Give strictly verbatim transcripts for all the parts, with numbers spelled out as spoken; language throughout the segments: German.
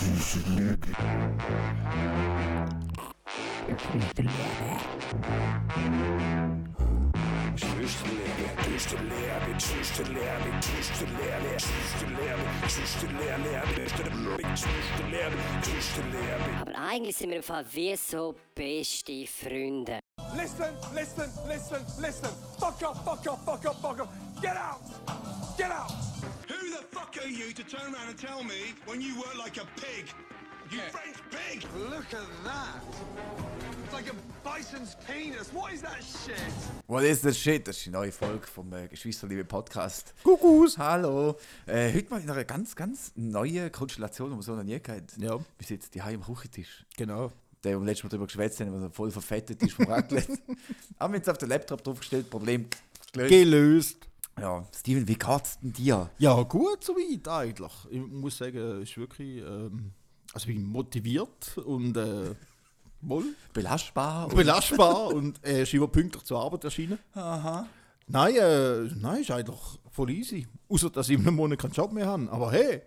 Aber eigentlich sind wir im Fall wie so beste Freunde. Listen, listen, listen, listen. Fuck up, fuck up, fuck up, fuck up. Get out! Get out! Who the fuck are you to turn around and tell me when you work like a pig? You Yeah. French pig! Look at that. It's like a bison's penis. What is that shit? What is this shit? Das ist die neue Folge vom äh, Geschwisterliebe Podcast. Kuckuck. Hallo. Äh, heute mal in einer ganz, ganz neuen Konstellation, die wir so noch nie gehabt. Ja. Wir sitzen hier am Küchentisch. Genau. Der, wo wir letztes Mal darüber geschwätzt haben, der voll verfettet ist vom Raclette. Haben wir jetzt auf den Laptop draufgestellt, Problem gelöst. Gelöst. Ja, Steven, wie geht's denn dir? Ja, gut soweit eigentlich. Ich muss sagen, es ist wirklich. Ähm, also ich bin motiviert und äh, wohl Belastbar? und- belastbar und äh, ist immer pünktlich zur Arbeit erschienen. Aha. Nein, äh, nein, ist eigentlich voll easy. Außer dass ich in einem Monat keinen Job mehr habe. Aber hey!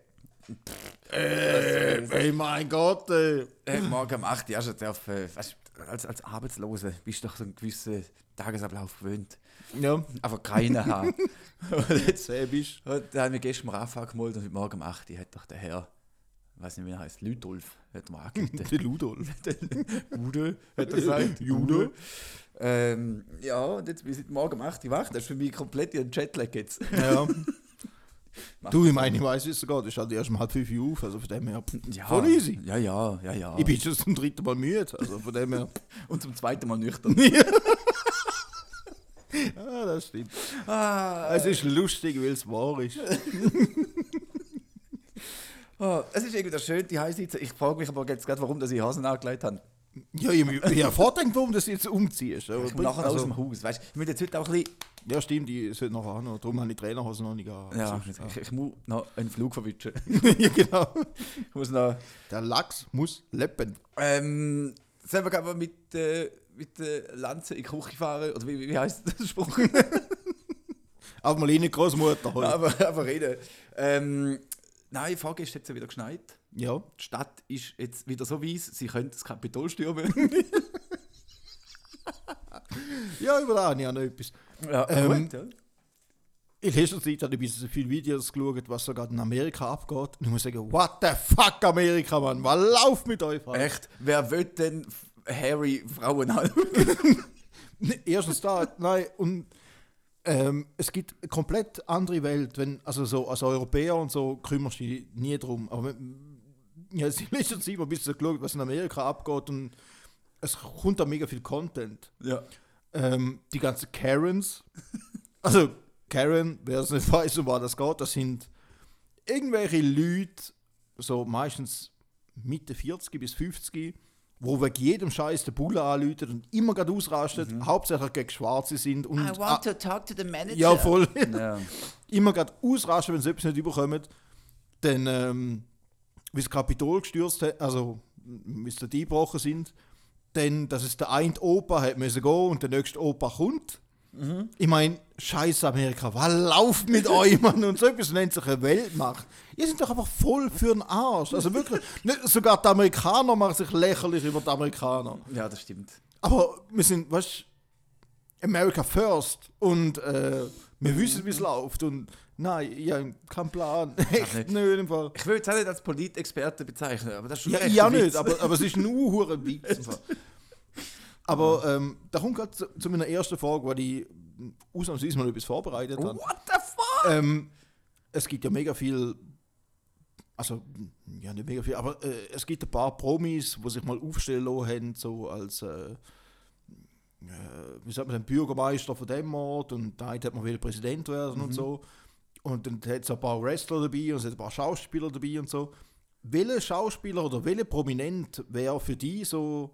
Äh, hey, mein Gott! Äh. Äh, morgen um acht Uhr hast du darf, äh, weißt, als, als Arbeitslose bist du doch so einen gewissen Tagesablauf gewöhnt. Ja, Aber keinen haben. Und jetzt sehr bist Und da haben wir gestern Rafa gemalt und heute Morgen um acht Uhr hat doch der Herr, ich weiß nicht wie er heißt, Lüdolf, hat mir angerufen. der Ludolf. Jude, hat er gesagt. Jude. Ähm, ja, und jetzt bin ich seit morgen um acht Uhr wach. Das ist für mich komplett ein Jetlag jetzt. Ja. Du, ich meine, ich weiss, wie es geht. Ich schalte erst um halb fünf Uhr auf, also von dem her Ja, voll easy. Ja, ja, ja, ja. Ich bin schon zum dritten Mal müde, also von dem her. Und zum zweiten Mal nüchtern. Ah, das stimmt. ah, Es ist lustig, weil es wahr ist. oh, es ist irgendwie schön, die Heimsitze. Ich frage mich aber jetzt gerade, warum dass ich Hosen angelegt habe. Ja, ich, ich habe vorgedacht, warum du jetzt umziehst. Ich komme nachher aus dem Haus. Weißt, ich muss jetzt heute auch ein bisschen. Ja, stimmt, ich sollte nachher auch noch. Darum habe ich die Trainerhose noch nicht an. Ja, Also, ich, ich muss noch einen Flug verwischen. ja, genau. Ich muss noch. Der Lachs muss leben. Ähm, sollen wir aber mit, äh, mit der Lanze in die Küche fahren? Oder wie, wie heisst der Spruch? Aber mal eine Großmutter. Halt. aber, aber reden. Ähm, nein, Frage ist, hat es ja wieder geschneit. Ja. Die Stadt ist jetzt wieder so weiss, sie könnte das Kapitol stürmen. Ja, über da habe ich auch noch etwas. ja, Ähm, gut, ja. In letzter Zeit habe ich ein bisschen so viele Videos geschaut, was sogar in Amerika abgeht. Und ich muss sagen, what the fuck, Amerika, Mann, was läuft mit euch? Mann? Echt? Wer will denn Harry Frauen anschauen? Erstens da, nein, und ähm, es gibt eine komplett andere Welt, wenn, also so als Europäer und so kümmerst du dich nie drum. Aber wenn, ja, in letzter Zeit mal ein bisschen geschaut, was in Amerika abgeht und es kommt da mega viel Content. ja. Ähm, die ganzen Karens, also Karen, wer es nicht weiß, um was das geht, das sind irgendwelche Leute, so meistens Mitte vierzig bis fünfzig, wo wegen jedem Scheiß den Bullen anläutet und immer gerade ausrastet, Mhm. hauptsächlich gegen Schwarze sind und ah, to talk to the manager. ja voll, Ja. immer gerade ausrasten, wenn sie etwas nicht überkommen, dann ähm, wie das Kapitol gestürzt hat, also wie sie dort eingebrochen sind, dann, dass es der eine Opa hat müssen gehen und der nächste Opa kommt. Mhm. Ich meine, scheiß Amerika, was läuft mit euch, Mann? Und so etwas nennt sich eine Weltmacht. Ihr seid doch einfach voll für den Arsch. Also wirklich, nicht, sogar die Amerikaner machen sich lächerlich über die Amerikaner. ja, das stimmt. Aber wir sind, weißt du, America first und äh, wir wissen, wie es läuft. Und nein, ich habe keinen Plan. Echt nicht. nicht im Fall. Ich will jetzt auch nicht als Politexperte bezeichnen, aber das ist schon Ja, echt ja ein nicht, Witz. aber, aber es ist nur ein Witz. im Fall. Aber ähm, da kommt gerade zu, zu meiner ersten Frage, wo ich ausnahmsweise mal etwas vorbereitet habe. What the fuck? Ähm, es gibt ja mega viel, also ja nicht mega viel, aber äh, es gibt ein paar Promis, die sich mal aufstellen lassen haben, so als, äh, äh, wie sagt man, den Bürgermeister von dem Ort und da hat man will Präsident werden Mhm. und so. Und dann hat es ein paar Wrestler dabei und es hat ein paar Schauspieler dabei und so. Welcher Schauspieler oder welcher Prominent wäre für die so,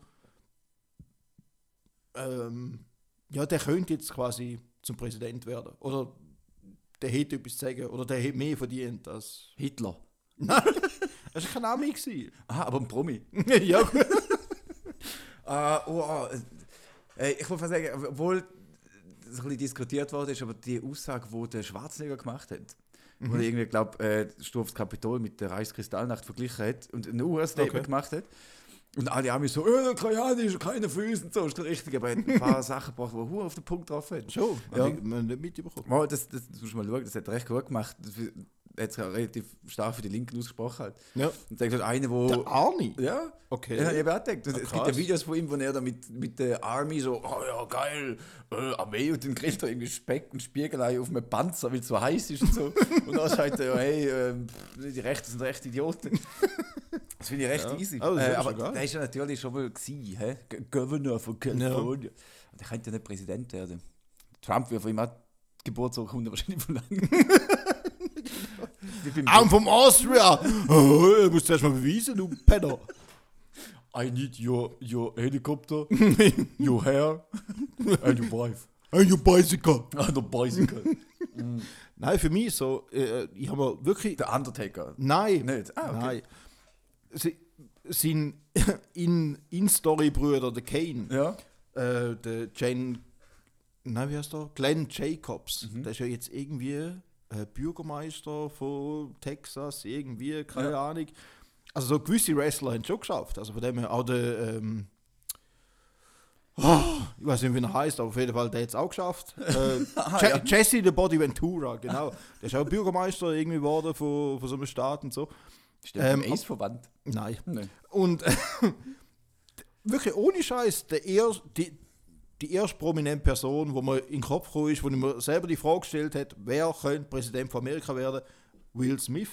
ähm, ja, der könnte jetzt quasi zum Präsident werden. Oder der hätte etwas zu sagen. Oder der hätte mehr verdient als. Hitler. Nein, das war kein Ami. gewesen. Aha, aber ein Promi. Ja, gut. Ah, oh, oh, äh, ich muss mal sagen, obwohl das ein bisschen diskutiert worden ist, aber die Aussage, die der Schwarzenegger gemacht hat, mhm. wo er irgendwie, glaube äh, Sturm aufs Kapitol mit der Reichskristallnacht verglichen hat und ein U S-Statement okay. gemacht hat. Und alle haben mich so, äh, der Kajani ist keiner für uns und so, ist richtig, aber er hat ein paar Sachen gebracht, die er auf den Punkt drauf hat. Schon, ja. ich man nicht mitbekommen. Oh, das, das, das musst du mal schauen, das hat er recht gut gemacht. Er hat sich auch relativ stark für die Linken ausgesprochen. Halt. Ja. Und da ist einer, wo... Der Arnie? Ja. Okay. Ja, ich habe auch gedacht. Es Ah, gibt ja Videos von ihm, wo er da mit, mit der Army so, oh ja, geil, äh, Armee, und dann kriegt er irgendwie Speck und Spiegelei auf einem Panzer, weil es so heiß ist und so. Und dann sagt er, hey, äh, die Rechten sind recht Idioten. Das finde ich recht ja. easy. Oh, äh, aber der ist ja natürlich schon mal gewesen, hä? Governor von California. Ja. Und der könnte ja nicht Präsident werden. Trump wird von ihm auch die Geburtsurkunde wahrscheinlich verlangen. I'm from Austria! Oh, du musst erst mal beweisen, du Penner. I need your, your helicopter, your hair and your wife. And your bicycle. And your bicycle. mm. Nein, für mich so, äh, ich habe mal wirklich... Der Undertaker? Nein. Nicht? Ah, okay. Nein. Sie, sein in, in Story-Brüder, der Kane, ja. äh, der Jane, nein, wie heißt der? Glenn Jacobs, mhm. der ist ja jetzt irgendwie äh, Bürgermeister von Texas, irgendwie, keine ja. Ahnung. Also so gewisse Wrestler haben es schon geschafft. Also von dem her auch der, ähm, oh, ich weiß nicht, wie er heißt, aber auf jeden Fall der hat es auch geschafft. Äh, ah, Je- ja. Jesse the Body Ventura, genau. Der ist auch Bürgermeister irgendwie geworden von, von so einem Staat und so. Ist der ähm, im Ace-Verband? Nein. Nein. Und äh, wirklich ohne Scheiß, der erst, die, die erste prominente Person, wo mir in den Kopf gekommen ist, wo ich mir selber die Frage gestellt hat, wer könnte Präsident von Amerika werden? Will Smith.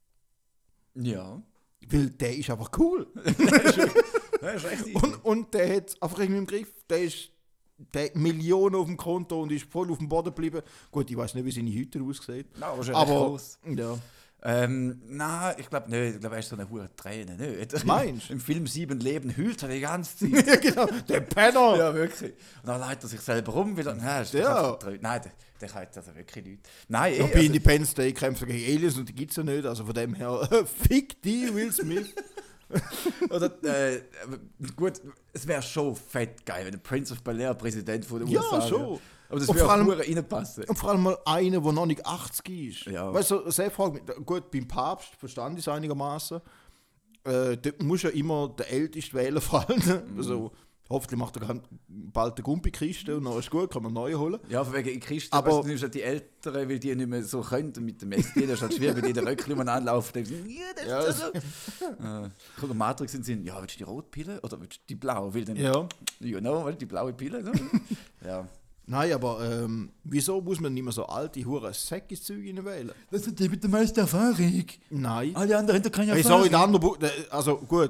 Ja. Weil der ist einfach cool. Der ist echt und, und der hat einfach irgendwie im Griff. Der ist der hat Millionen auf dem Konto und ist voll auf dem Boden geblieben. Gut, ich weiß nicht, wie seine Hüte aussieht. No, aber, aber groß. Ja. Ähm, nein, ich glaube nicht. Ich glaube, er ist so eine hohe Träne. Nicht? Meinst du? Im Film Sieben Leben hüllt er die ganze Zeit. Ja, genau. Der Penner. Ja, wirklich. Und dann leitet er sich selber um wieder. Nein, ja. Nein, der, der kann also wirklich nicht. Nein, ja, eh, bei also, Independence Day kämpfen gegen Aliens und die gibt es ja nicht. Also von dem her, fick die, Will Smith. Oder, äh, gut, es wäre schon fett geil, wenn der Prince of Bel-Air Präsident von den ja, U S A wäre. schon. Aber das und würde vor allem auch reinpassen. Und vor allem mal einer, der noch nicht achtzig ist. Ja. Weißt du, so, frage mich, gut, beim Papst verstand ich es einigermaßen. Äh, dort muss ja immer der Älteste wählen fallen. Mhm. Also, hoffentlich macht er bald eine Gumpi-Kiste und dann ist gut, kann man neue holen. Ja, von wegen in Kiste, aber weißt, du nimmst halt die Älteren, weil die nicht mehr so können mit dem S D, das ist halt schwer, wenn die den Röckchen mal anlaufen. Dann sagen, ja, das ja, ist so. äh, Guck, Matrix sind sie, ja, willst du die rote Pille oder willst du die blaue? Will dann, ja. You know, die blaue Pille. So. Ja. Nein, aber ähm, wieso muss man nicht mehr so alte, hure Säckis-Zeug wählen? Das ist die mit der meisten Erfahrung. Nein. Alle anderen haben keine Hey, Erfahrung. sorry, der andere Bu- der, also gut.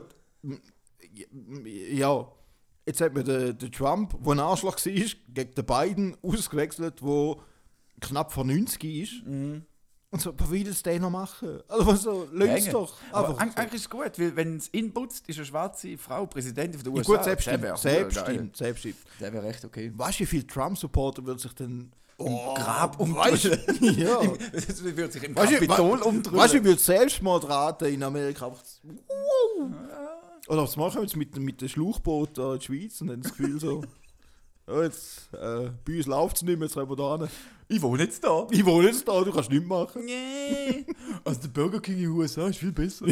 Ja. Jetzt hat mir der, der Trump, der ein Arschloch war, gegen den Biden ausgewechselt, der knapp vor neunzig ist. Mhm. Und so, was will das der noch machen? Also, so, löst doch. Aber Einfach eigentlich so. ist es gut, weil wenn es inputzt, ist eine schwarze Frau Präsidentin der U Ja, S A. gut, selbststimmt. Der Selbststimmt, selbstimmt. Der wäre recht okay. Weißt du, wie viele Trump-Supporter würden sich denn Oh, Grab umdrehen? Ja. Das würde sich im Weißt du, Kapitol wa- umdrehen. Weißt du, ich würde Selbstmordrate in Amerika einfach. Wow. Oder was machen wir jetzt mit, mit dem Schlauchboot da in der Schweiz und dann das Gefühl so. Ja, jetzt, äh, bei uns läuft es nicht mehr, jetzt rennen wir da hin. Ich wohne jetzt da. Ich wohne jetzt da, du kannst nichts machen. Nee. Also der Burger King in den U S A ist viel besser.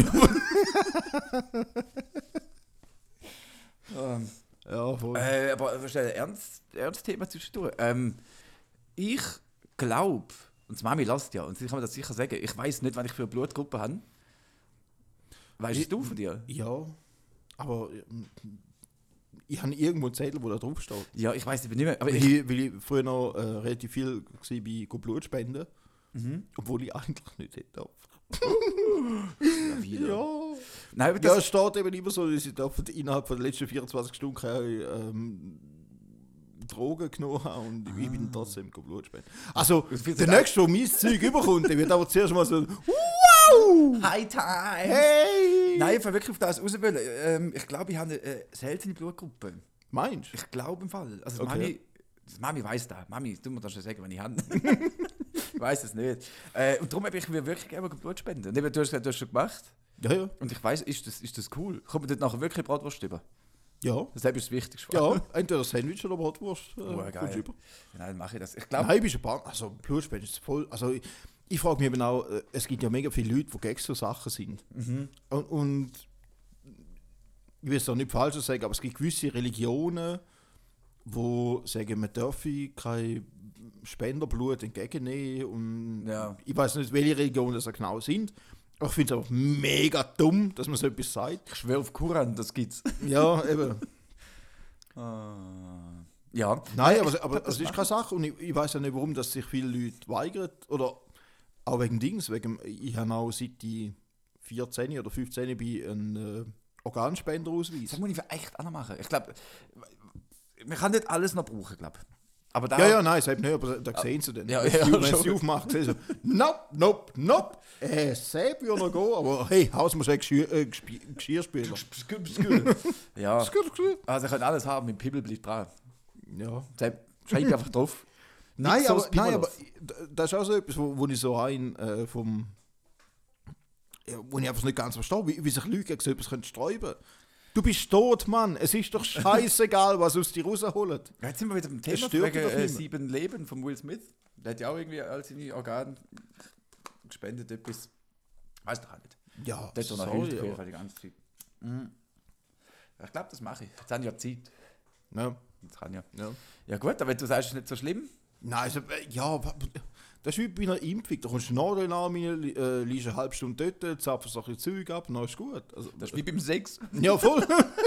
ähm, Ja, voll. äh, aber was ist ein ernst, ernst Thema zwischendurch? Ähm, ich glaube, und die Mami lässt ja, und sie kann mir das sicher sagen, ich weiß nicht, wann ich für eine Blutgruppe habe. Weißt Ich- du von dir? Ja, aber ähm, ich habe irgendwo einen Zettel, wo da drauf steht. Ja, ich weiß nicht mehr. Aber Weil ich, ich, weil ich früher noch äh, relativ viel war bei go Blutspenden, mhm. obwohl ich eigentlich nicht hätte. ja, wieder. Ja. Nein, aber Ja, das, es steht eben immer so, dass ich da von- innerhalb von den letzten vierundzwanzig Stunden keine ähm, Drogen genommen habe und ich bin trotzdem go Blutspenden. Also, Das wird der halt Nächste, der mein Zeug überkommt, der wird aber zuerst mal so, wow! High Time! Hey! Nein, ich will wirklich auf das raus wollen. Ähm, ich glaube, ich habe eine äh, seltene Blutgruppe. Meinst du? Ich glaube im Fall. Also Okay. Mami, das Mami weiss das. Mami, du musst das schon sagen, wenn ich habe. Ich weiss es nicht. Äh, und darum habe ich mir wirklich gerne Blut spenden. Und eben, du hast gesagt, du hast schon gemacht. Ja, ja. Und ich weiss, ist das, ist das cool? Kommt mir dort nachher wirklich Bratwurst über? Ja. Das ist das Wichtigste. Ja, entweder Sandwich oder Bratwurst. Äh, Oh, kommst geil. du über. Nein, dann mache ich das. Ich glaube, Nein, bist du ein paar. Also, Blutspenden ist voll. Also, ich, ich frage mich eben auch, äh, es gibt ja mega viele Leute, die gegen so Sachen sind. Mhm. Und, und ich will es auch nicht falsch sagen, aber es gibt gewisse Religionen, wo sagen, man dürfe kein Spenderblut entgegennehmen. Und Ja. ich weiß nicht, welche Religionen das genau sind. Aber ich finde es einfach mega dumm, dass man so etwas sagt. Ich schwöre auf Koran, das gibt's. Ja, eben. Ah. Ja. Nein, ich- aber, aber das das ist machen. keine Sache. Und ich, ich weiß ja nicht, warum dass sich viele Leute weigern. Oder auch wegen Dings. Wegen, ich habe auch seit ich vierzehn oder fünfzehn bin einen äh, Organspenderausweis. Das muss ich echt auch noch machen. Ich glaube, man kann nicht alles noch brauchen, glaube ich. Aber da, Ja, ja, nein, selbst nicht, aber da sehen sie dann. Ja, wenn ja, sie, wenn schon. sie aufmacht, sehen sie, nope, nope, nope. Äh, selbst würde noch gehen, aber hey, Haus muss ein Geschirr, äh, Gespi- Geschirrspüler. ja. Skür, skür. Also, ich kann alles haben, mit Pibbel bleibt dran. Ja. Schreib einfach drauf. Nein, Nicht so aber, das nein, Pimmel aber d- das ist auch so etwas, wo, wo ich so ein äh, vom. Ja, wo ich einfach nicht ganz verstehe, wie, wie sich Leute gegen so etwas können sträuben. Du bist tot, Mann. Es ist doch scheißegal, was aus dir rausholt. Ja, jetzt sind wir wieder beim Es Thema stört wegen dich doch äh, nicht mehr. sieben Leben von Will Smith. Der hat ja auch irgendwie all seine Organe gespendet, etwas. Weiß doch auch nicht. Ja, Der hat doch noch sorry, Hilfe auf jeden aber- Fall die ganze Zeit. Mhm. Ich glaube, das mache ich. Jetzt haben ja Zeit. Ja, Jetzt kann ja. ja. Ja gut, aber wenn du sagst, es ist nicht so schlimm. Nein, also, äh, ja, aber das ist wie bei einer Impfung. Da kommst du nach den Arm rein, äh, liegst eine halbe Stunde dort, zapfst ein bisschen Zeug ab, dann ist gut. Also, Das ist wie beim Sex. ja, voll.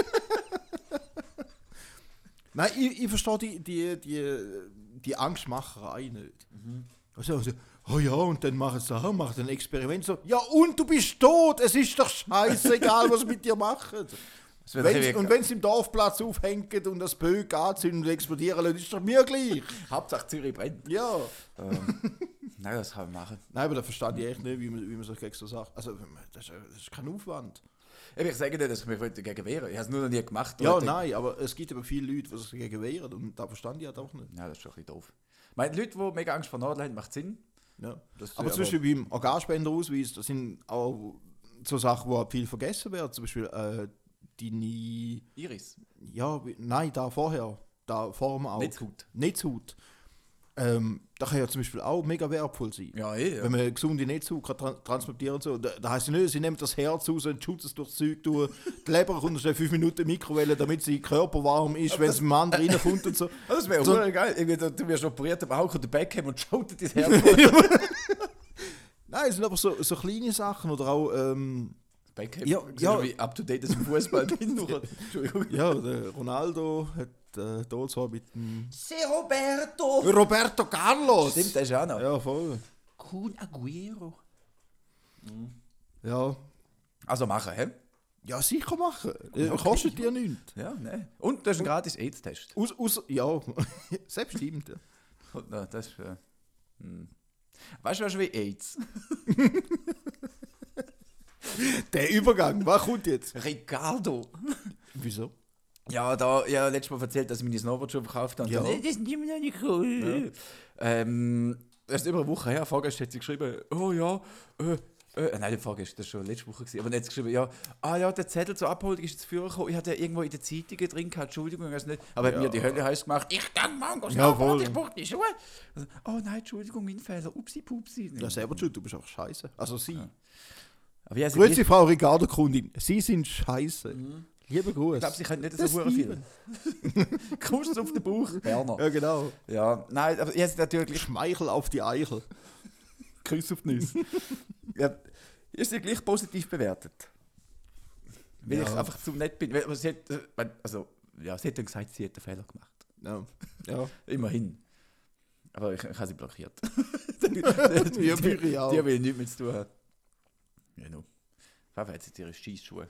Nein, ich, ich verstehe die, die, die, die Angstmacherei nicht. Mhm. Also, also, oh ja, und dann machen sie da, machen ein Experiment so. Ja, und du bist tot, es ist doch scheißegal, was sie mit dir machen. Es wird Wenn's, ewig- und wenn sie im Dorfplatz aufhängen und das Böck anzünden und explodieren lassen, ist doch mir gleich. Hauptsache Zürich brennt. Ja. Ähm, nein, das kann man machen. Nein, aber da verstehe ich echt nicht, wie man, wie man sich gegen so sagt. Also, das ist, das ist kein Aufwand. Eben, ich sage nicht, dass ich mich dagegen wehre. Ich habe es nur noch nie gemacht. Ja, Leute- nein, aber es gibt aber viele Leute, die sich dagegen wehren und da verstand ich halt auch nicht. Ja, das ist schon ein bisschen doof. Ich meine, Leute, die mega Angst vor Nadeln haben, macht Sinn. Ja. Das- Aber zum Beispiel beim Organspenderausweis, das sind auch so Sachen, die halt viel vergessen werden. Zum Beispiel äh, deine, Iris. ja, wie- nein, da vorher, da vor dem Auge. Netzhaut. Netzhaut. Ähm, das kann ja zum Beispiel auch mega wertvoll sein. Ja, eh. Ja. Wenn man gesunde Netzhaut kann tra transportieren und so, da, da heisst es nicht, sie nehmen das Herz raus und schützen es durch das Zeug durch. Die Leber kommt schnell fünf Minuten in die Mikrowelle, damit sie körperwarm ist, wenn es im Mann reinkommt und so. Also, das wäre So- so, geil. Irgendwie, du, du wirst operiert, aber auch der Beckham und schaut dir das Herz vor. Nein, es sind aber so, so kleine Sachen oder auch, ähm, Beckham, Ja, ja, ja. wie up to date das im Fußball bin. Entschuldigung. ja, der Ronaldo hat äh, dort so mit dem Se Roberto! Roberto Carlos. Stimmt, der ist auch noch. Ja, voll. Kun Aguero. Ja, Also machen, hä? ja sicher machen. Äh, kostet dir nichts. Ja, ne. Und das ist ein gratis AIDS-Test. Aus, aus, ja, selbst stimmt. Ja. Und, na, das ist. Äh, hm. Weißt du, was wie AIDS? Der Übergang, was kommt jetzt? Ricardo. Wieso? Ja, da, ja, letztes Mal erzählt, dass ich meine Snowboardschuhe verkauft habe. Ja. Und dann, das sind immer noch nicht cool. Ja. Ähm, das ist über eine Woche her. Vorgestern hat sie geschrieben, oh ja, äh, äh, nein, die vorgestern, das war schon letzte Woche gewesen, aber dann hat sie geschrieben, ja, ah ja, der Zettel zur Abholung ist jetzt früher gekommen. Ich hatte ja irgendwo in der Zeitung drin gehabt, Entschuldigung, ich weiß nicht. Aber hat mir die Hölle heiß gemacht. Ich kann Mango Snowboard, voll. ich brauche die Schuhe. Also, oh nein, Entschuldigung, mein Fehler, upsi pupsi. Ja, selber schuld, du bist auch scheiße. Also sie. Aber ja, sie Grüezi, Frau Ricardo Kundin. Sie sind scheiße. Liebe Gruß. ich glaube, sie können nicht so Das hure viel. lieben. Kuss auf den Bauch. Berner. Ja, genau. Ja, nein, aber jetzt natürlich Schmeichel auf die Eichel. Küsse auf die Nüsse. Ja, ist sie gleich positiv bewertet. Weil Ja. ich einfach zu nett bin. Weil, sie hat, äh, also, ja, sie hat dann gesagt, sie hat einen Fehler gemacht. Ja. Ja. Immerhin. Aber ich, ich habe sie blockiert. Ja, Büri auch. Die will nichts mehr zu tun haben. Ja, no. Papa hat jetzt ihre Scheissschuhe.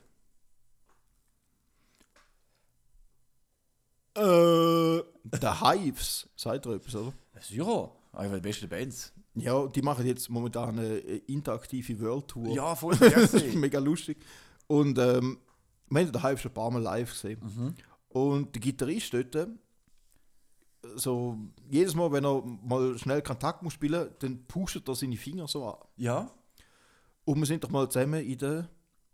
Äh, der Hives, sagt ihr etwas, oder? Ja, einfach die besten Bands. Ja, die machen jetzt momentan eine äh, interaktive World Tour. Ja, voll Das ist gesehen. mega lustig. Und ähm, wir haben den Hives schon ein paar Mal live gesehen. Mhm. Und der Gitarrist dort, äh, so jedes Mal, wenn er mal schnell Kontakt muss spielen, dann pusht er seine Finger so an. Ja? Und wir sind doch mal zusammen in der,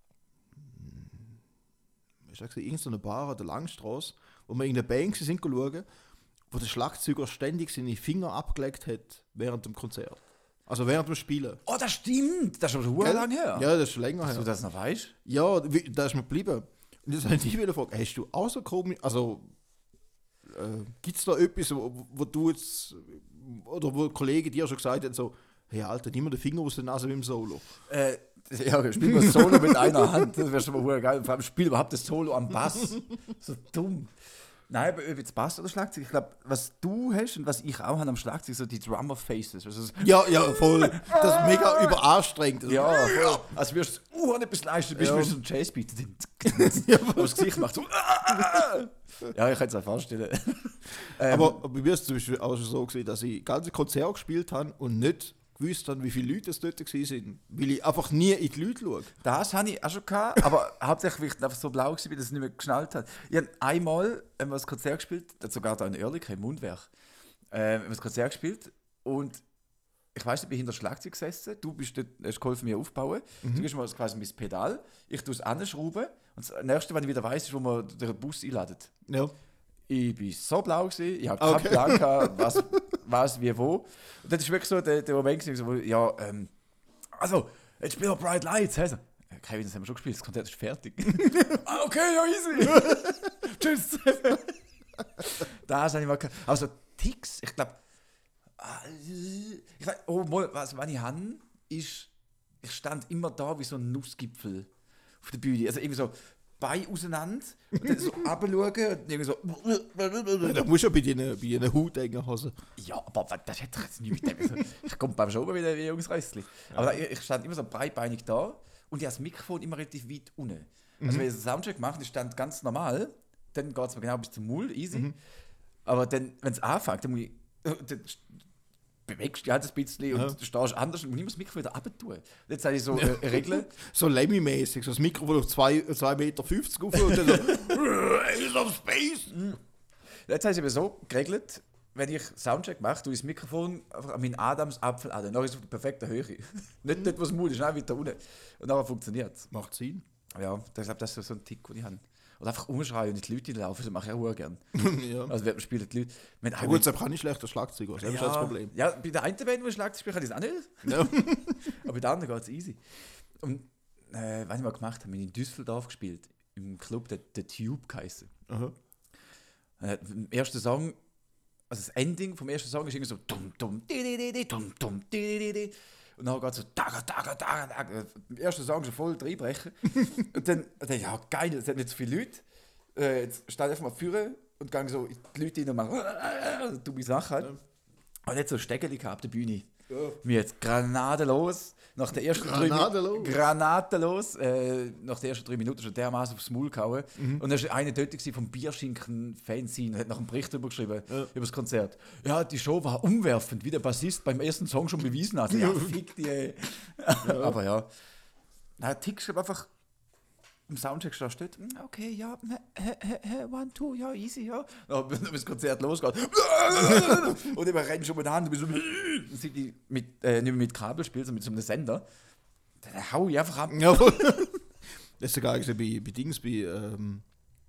ich sag irgendeine Bar an der Langstrasse, wo wir in der Band sind schauen, wo der Schlagzeuger ständig seine Finger abgelegt hat während dem Konzert. Also während dem Spielen. Oh, das stimmt! Das ist schon sehr lange her. Ja, das ist schon länger Dass her. du das noch weißt? Ja, wie, da ist mir geblieben. Und jetzt habe ich dich wieder gefragt, hast du auch so komisch, also äh, gibt es da etwas, wo, wo du jetzt, oder wo Kollegen dir schon gesagt haben, so, hey Alter, nimm mir den Finger aus der Nase beim Solo. Äh, ja, spiel mal Solo mit einer Hand, das wäre schon mal sehr geil. Vor allem spiel überhaupt das Solo am Bass. So dumm. Nein, aber ob jetzt Bass oder Schlagzeug, ich glaube, was du hast und was ich auch habe am Schlagzeug, so die Drummer Faces. Also so, Ja, ja, voll. Das ist mega überanstrengend. ja, voll. Also wirst du uh, etwas leisten, bist du Ja. so ein Jazzbeat. Aber das Gesicht macht so. Ja, ich kann es mir vorstellen. ähm, Aber bei mir ist es zum Beispiel auch schon so gewesen, dass ich ganze Konzerte gespielt habe und nicht gewusst habe, wie viele Leute es dort waren. Weil ich einfach nie in die Leute schaue. Das hatte ich auch schon gehabt, aber hauptsächlich, weil ich einfach so blau war, weil das nicht mehr geschnallt hat. Ich habe einmal ähm, das Konzert gespielt, das sogar da in Oerlikon im Mundwerk, äh, das Konzert gespielt und ich weiss nicht, ich bin hinter dem Schlagzeug gesessen, du bist dort, hast geholfen mir aufbauen, mhm. du gibst mir quasi mein Pedal, ich tue es anschrauben und das Nächste, was ich wieder weiss, ist, wo man den Bus einladet. Ja. Ich war so blau, gewesen, ich habe keinen Okay. Plan gehabt, was, was, wie, wo. Und das ist wirklich so der, der Moment, gewesen, wo, ja, ähm, also, jetzt spielen wir Bright Lights. Also, Kevin, das haben wir schon gespielt, das Konzert ist fertig. Ah, okay, ja, easy. Tschüss. Das habe ich mal gehabt. Also, Ticks, ich glaube, ich weiß, oh, mal, was, was ich habe, ist, ich stand immer da wie so ein Nussgipfel auf der Bühne. Also, irgendwie so, Beine auseinander und dann so runterschauen und irgendwie so. Da musst du ja bei deinen, bei deinen Hautengerhosen. Ja, aber das hat doch jetzt nichts mit dem. Also, ich komme beim Show wieder wie ein junges Röstli. Aber ich, ich stand immer so breitbeinig da und ich habe das Mikrofon immer relativ weit unten. Also, wenn ich einen Soundcheck mache, ich stand ganz normal, dann geht es mir genau bis zum Mund, easy. Mhm. Aber dann, wenn es anfängt, dann muss ich. Dann bewegst du dich halt ein bisschen und Ja. du stehst anders und muss das Mikrofon wieder runter tun. Jetzt habe ich so äh, Regeln. So Lemmy-mäßig, so das Mikrofon auf zwei Meter fünfzig auf und dann so, Ace of Space. Jetzt habe ich es so geregelt, wenn ich Soundcheck mache, tue ich das Mikrofon einfach an meinen Adamsapfel an. Dann ist es auf der perfekten Höhe. nicht, nicht was Mut ist, nein, weiter unten. Und dann funktioniert es. Macht Sinn. Ja, ich glaube, das ist so ein Tick, den ich habe. Oder einfach umschreien und die Leute laufen, das mache ich auch gerne. Ja. Also, wenn man spielt, die Leute. Wenn Ja, gut, das kann ich schlechter Schlagzeuger, das ist ja, das Problem. Ja, bei der einen Band, wo ich Schlagzeug spiele, kann ich das auch nicht. Ja. Aber bei der anderen geht es easy. Und äh, was ich mal gemacht habe, wir haben in Düsseldorf gespielt, im Club, der, der Tube geheißen. Aha. Äh, Im ersten Song, also das Ending vom ersten Song ist irgendwie so dum dum di di di di dum dum di di di. Und dann geht es so daga daga daga daga. Im ersten Song schon voll reinbrechen. Und dann, dann, ja geil, es hat nicht so viele Leute. Äh, jetzt stehe ich einfach mal führen und gehe so in die Leute rein und mache dumme Sachen halt. Aber nicht so Steckeli gehabt auf der Bühne. Ja. Mir jetzt granatenlos. Nach der ersten Granatenlos? drei, granatenlos. Äh, nach den ersten drei Minuten schon dermaßen aufs Maul gehauen. Mhm. Und dann war einer dort vom Bierschinken-Fanzine, hat noch einen Bericht darüber geschrieben, ja. über das Konzert. Ja, die Show war umwerfend, wie der Bassist beim ersten Song schon bewiesen hat. Ja, fick die, ey. Ja. Aber ja. Na, Tick schreibt einfach im Soundcheck steht, okay, ja, he, he, he, one, two, ja, easy, ja. Dann, wenn das Konzert losgeht, und immer rennen schon mit der Hand, und so, sind die mit, äh, nicht mehr mit Kabel spielen, sondern mit so einem Sender, dann hau ich einfach ab. Ja, voll. Das ist sogar gesehen bei, bei Dings, bei ähm,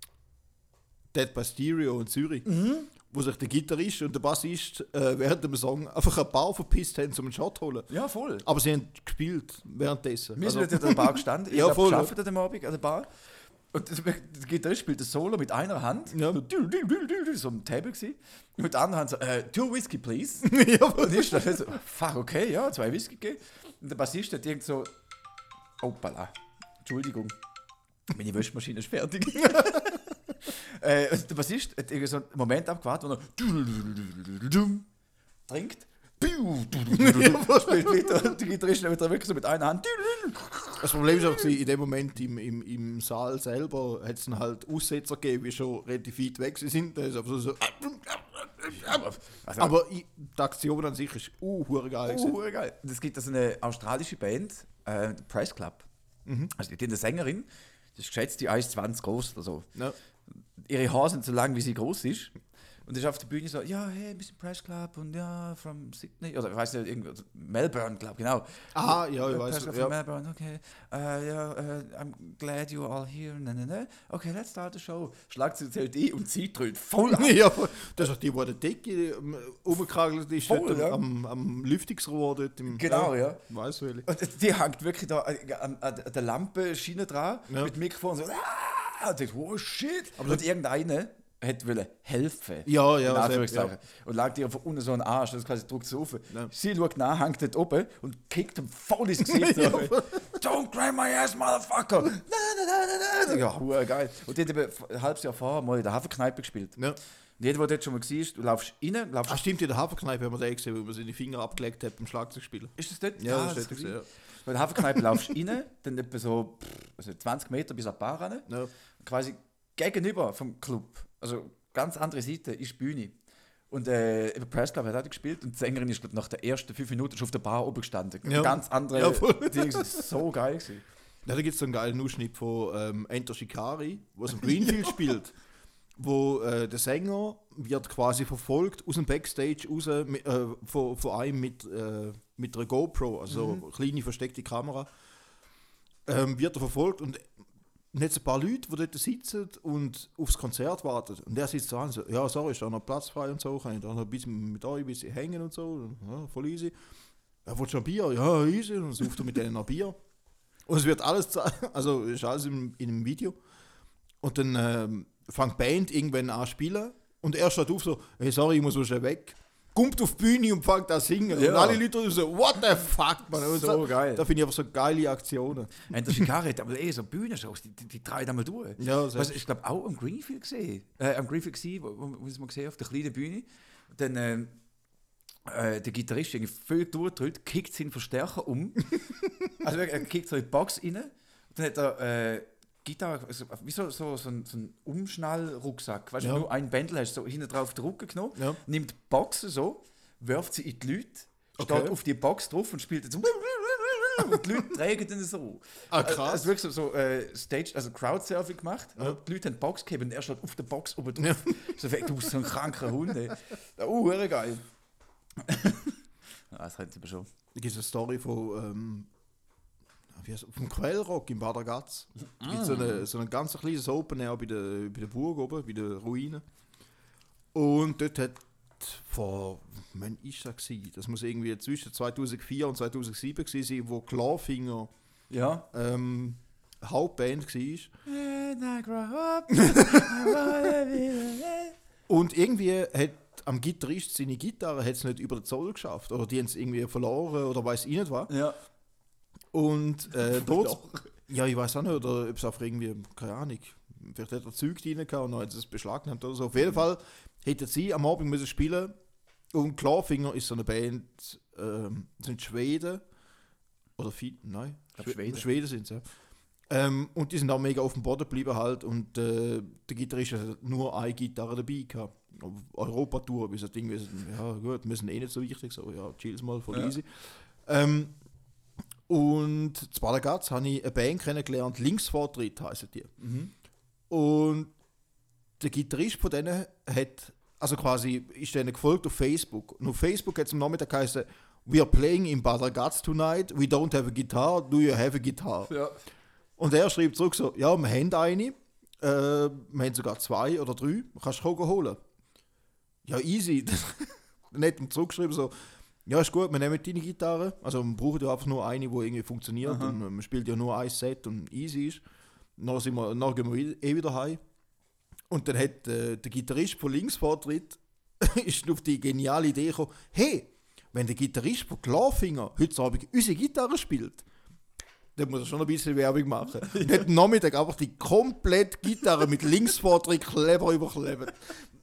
Dead by Stereo in Zürich, mhm. wo sich der Gitarrist und der Bassist äh, während dem Song einfach ein Bar verpisst haben, um einen Shot zu holen. Ja, voll. Aber sie haben gespielt währenddessen. Wir sind also, an der Bar gestanden, ich ja, habe gearbeitet an dem Abend an der Bar. Und der Gitarrist spielt das Solo mit einer Hand, ja. so, so ein Table gewesen. Und mit der anderen Hand so, äh, two Whisky, please. Ja, und ich dachte so, fuck, okay, ja, zwei Whisky gegeben. Und der Bassist hat irgend so, opala, Entschuldigung, meine Wäschmaschine ist fertig. äh, also der Bassist hat irgendwie so einen Moment abgewartet, wo er trinkt, spielt weiter und die Gitarristen wieder wirklich so mit einer Hand. Das Problem ist auch, in dem Moment im, im, im Saal selber hat es dann halt Aussetzer gegeben, die schon relativ weit weg sind. Das ist aber, so, also, aber die Aktion an sich ist uh, geil. Uh, geil. Es gibt also eine australische Band, äh, Press Club. Mhm. Also die eine Sängerin, das ist geschätzt die eins Komma zwanzig groß oder so. Ja. Ihre Haare sind so lang, wie sie groß ist. Und ist auf der Bühne so, ja, hey, wir sind Press Club und ja, from Sydney, oder ich weiß nicht, irgendwo, Melbourne, glaube ich, genau. Ah, ja, ich Press weiß. Club Ja. from Melbourne, okay. Uh, yeah, uh, I'm glad you're all here. Ne, ne, ne. Okay, let's start the show. Schlagt sie zählt ein und sie dreht voll ab. Ja, das ist auch die, wo der Decke ähm, umgekragelt ist, Voll, dort ja. am, am Lüftungsrohr dort im... Genau, ja. Weißt du, welche? Und die hängt wirklich da an, an, an der Lampe Schiene dran, Ja. mit dem Mikrofon so, ah, und ich, oh shit. Aber und irgendeine hat wollen helfen. Ja, ja, in selbst, Anführungszeichen. ja. Und lag dir einfach unten so einen Arsch, das quasi drückt sie auf. Ja. Sie schaut nach, hängt dort oben und kickt ihm voll ins Gesicht. Ja. Don't grab my ass, motherfucker! Na, na, na, na, na. Ja, huere geil. Und die hat eben ein halbes Jahr vorher mal in der Hafenkneipe gespielt. Ja. Und jeder, der dort schon mal war, du laufst rein, laufst... Ah, stimmt, in der Hafenkneipe haben wir den gesehen, wo man sich die Finger abgelegt hat beim Schlagzeugspielen. Ist das dort? Ja, das das ist dort gesehen, ja. Bei der Hafenkneipe laufst du rein, dann etwa so pff, also zwanzig Meter bis an die Bar ran. Ja. Quasi gegenüber vom Club, also ganz andere Seite, ist die Bühne. Und äh, eben Press Club hat auch gespielt und die Sängerin ist glaub, nach den ersten fünf Minuten schon auf der Bar oben gestanden. Ja. Ganz andere Ja, voll. Dinge, das ist so geil gewesen. Ja, da gibt es so einen geilen Ausschnitt von ähm, Enter Shikari, wo es im Greenfield spielt, wo äh, der Sänger wird quasi verfolgt aus dem Backstage raus mit, äh, von, von einem mit, äh, mit einer GoPro, also Mhm. eine kleine versteckte Kamera, ähm, wird er verfolgt und jetzt ein paar Leute, die dort sitzen und aufs Konzert warten. Und der sitzt so an, so, ja, sorry, ist da noch Platz frei und so, kann ich da noch ein bisschen mit euch ein bisschen hängen und so, ja, voll easy. Ja, willst du noch Bier? Ja, easy. Und dann sucht er mit denen noch Bier. Und es wird alles, ze- also ist alles im, in einem Video. Und dann ähm, fängt die Band irgendwann an zu spielen. Und er steht auf so, hey, sorry, ich muss so schnell weg. Kommt auf die Bühne und fängt an zu singen. Ja. Und alle Leute so, what the fuck, man. Und So geil. Da finde ich einfach so geile Aktionen. Und der Shikari hat aber eh so Bühnenshows, die, die, die treiben einmal durch. Ja, Was, ich glaube auch am Greenfield gesehen. Äh, am Greenfield gesehen, wo, wo, wo ich mal gesehen auf der kleinen Bühne. Und dann ähm, äh, der Gitarrist irgendwie völlig durchdrückt, kickt seinen Verstärker um. Also er kickt so in die Box rein. Und dann hat er äh, Gitarre, also, wie so, so, so ein, so ein Umschnall-Rucksack. Weißt du, Ja. wenn du einen Bändel hast, so hinten drauf den Rücken genommen, Ja. nimmt die Box so, wirft sie in die Leute, Okay. steht auf die Box drauf und spielt jetzt so. Und die Leute tragen dann so. Ah, krass. Also wirklich so, so äh, Stage, also Crowdsurfing gemacht. Ja. Die Leute haben die Box gegeben und er steht auf der Box oben drauf. Ja. So weg, du bist so ein kranker Hund, ey. Oh, uh, geil. Ah, das rennt aber schon. Da gibt es eine Story von, ähm, wie heißt, vom Quellrock in Bad Ragaz. Es gibt so, eine, so ein ganz kleines Open Air bei der, bei der Burg oben, bei der Ruine. Und dort hat vor, wann ist das gewesen? Das muss irgendwie zwischen zweitausendvier und zweitausendsieben gewesen sein, wo Clawfinger Ja. ähm, Hauptband war. Und irgendwie hat am Gitarrist seine Gitarre hat's nicht über den Zoll geschafft. Oder die haben es irgendwie verloren oder weiß ich nicht was. Ja. Und äh, dort. Ja, ich weiß auch nicht, oder ob es einfach irgendwie, keine Ahnung, vielleicht hat er Zeug drin gehabt und dann hat es beschlagnahmt oder so. Auf jeden Fall hätten sie am Abend müssen spielen und Clawfinger ist so eine Band, ähm, sind Schweden. Oder Fi nein, glaub, Schweden. Schweden sind sie. Ja. Ähm, und die sind auch mega auf dem Boden geblieben halt und äh, der Gitarrist hat nur eine Gitarre dabei gehabt. Auf Europa-Tour, wie so Ding, wir sind, ja gut, wir sind eh nicht so wichtig, so ja, chills mal, voll Ja. easy. Ähm, und zu Bad Ragaz habe ich eine Band kennengelernt, Linksvortritt heissen die. Mhm. Und der Gitarrist von denen hat, also quasi, ist denen gefolgt auf Facebook. Und auf Facebook hat es am Nachmittag geheißen, we are playing in Bad Ragaz tonight, we don't have a guitar, do you have a guitar? Ja. Und er schreibt zurück so, ja, wir haben eine, äh, wir haben sogar zwei oder drei, kannst du auch holen. Ja, easy. Dann hat er zurückgeschrieben so, ja, ist gut, wir nehmen deine Gitarre, also man braucht ja einfach nur eine, die irgendwie funktioniert Aha. und man spielt ja nur ein Set und easy ist. Dann, sind wir, dann gehen wir eh wieder heim. Und dann hat äh, der Gitarrist von Linksvortritt ist auf die geniale Idee gekommen, hey, wenn der Gitarrist von Clawfinger heute Abend unsere Gitarre spielt, dann muss er schon ein bisschen Werbung machen. Und hat am Nachmittag einfach die komplette Gitarre mit Linksvortritt Kleber überklebt.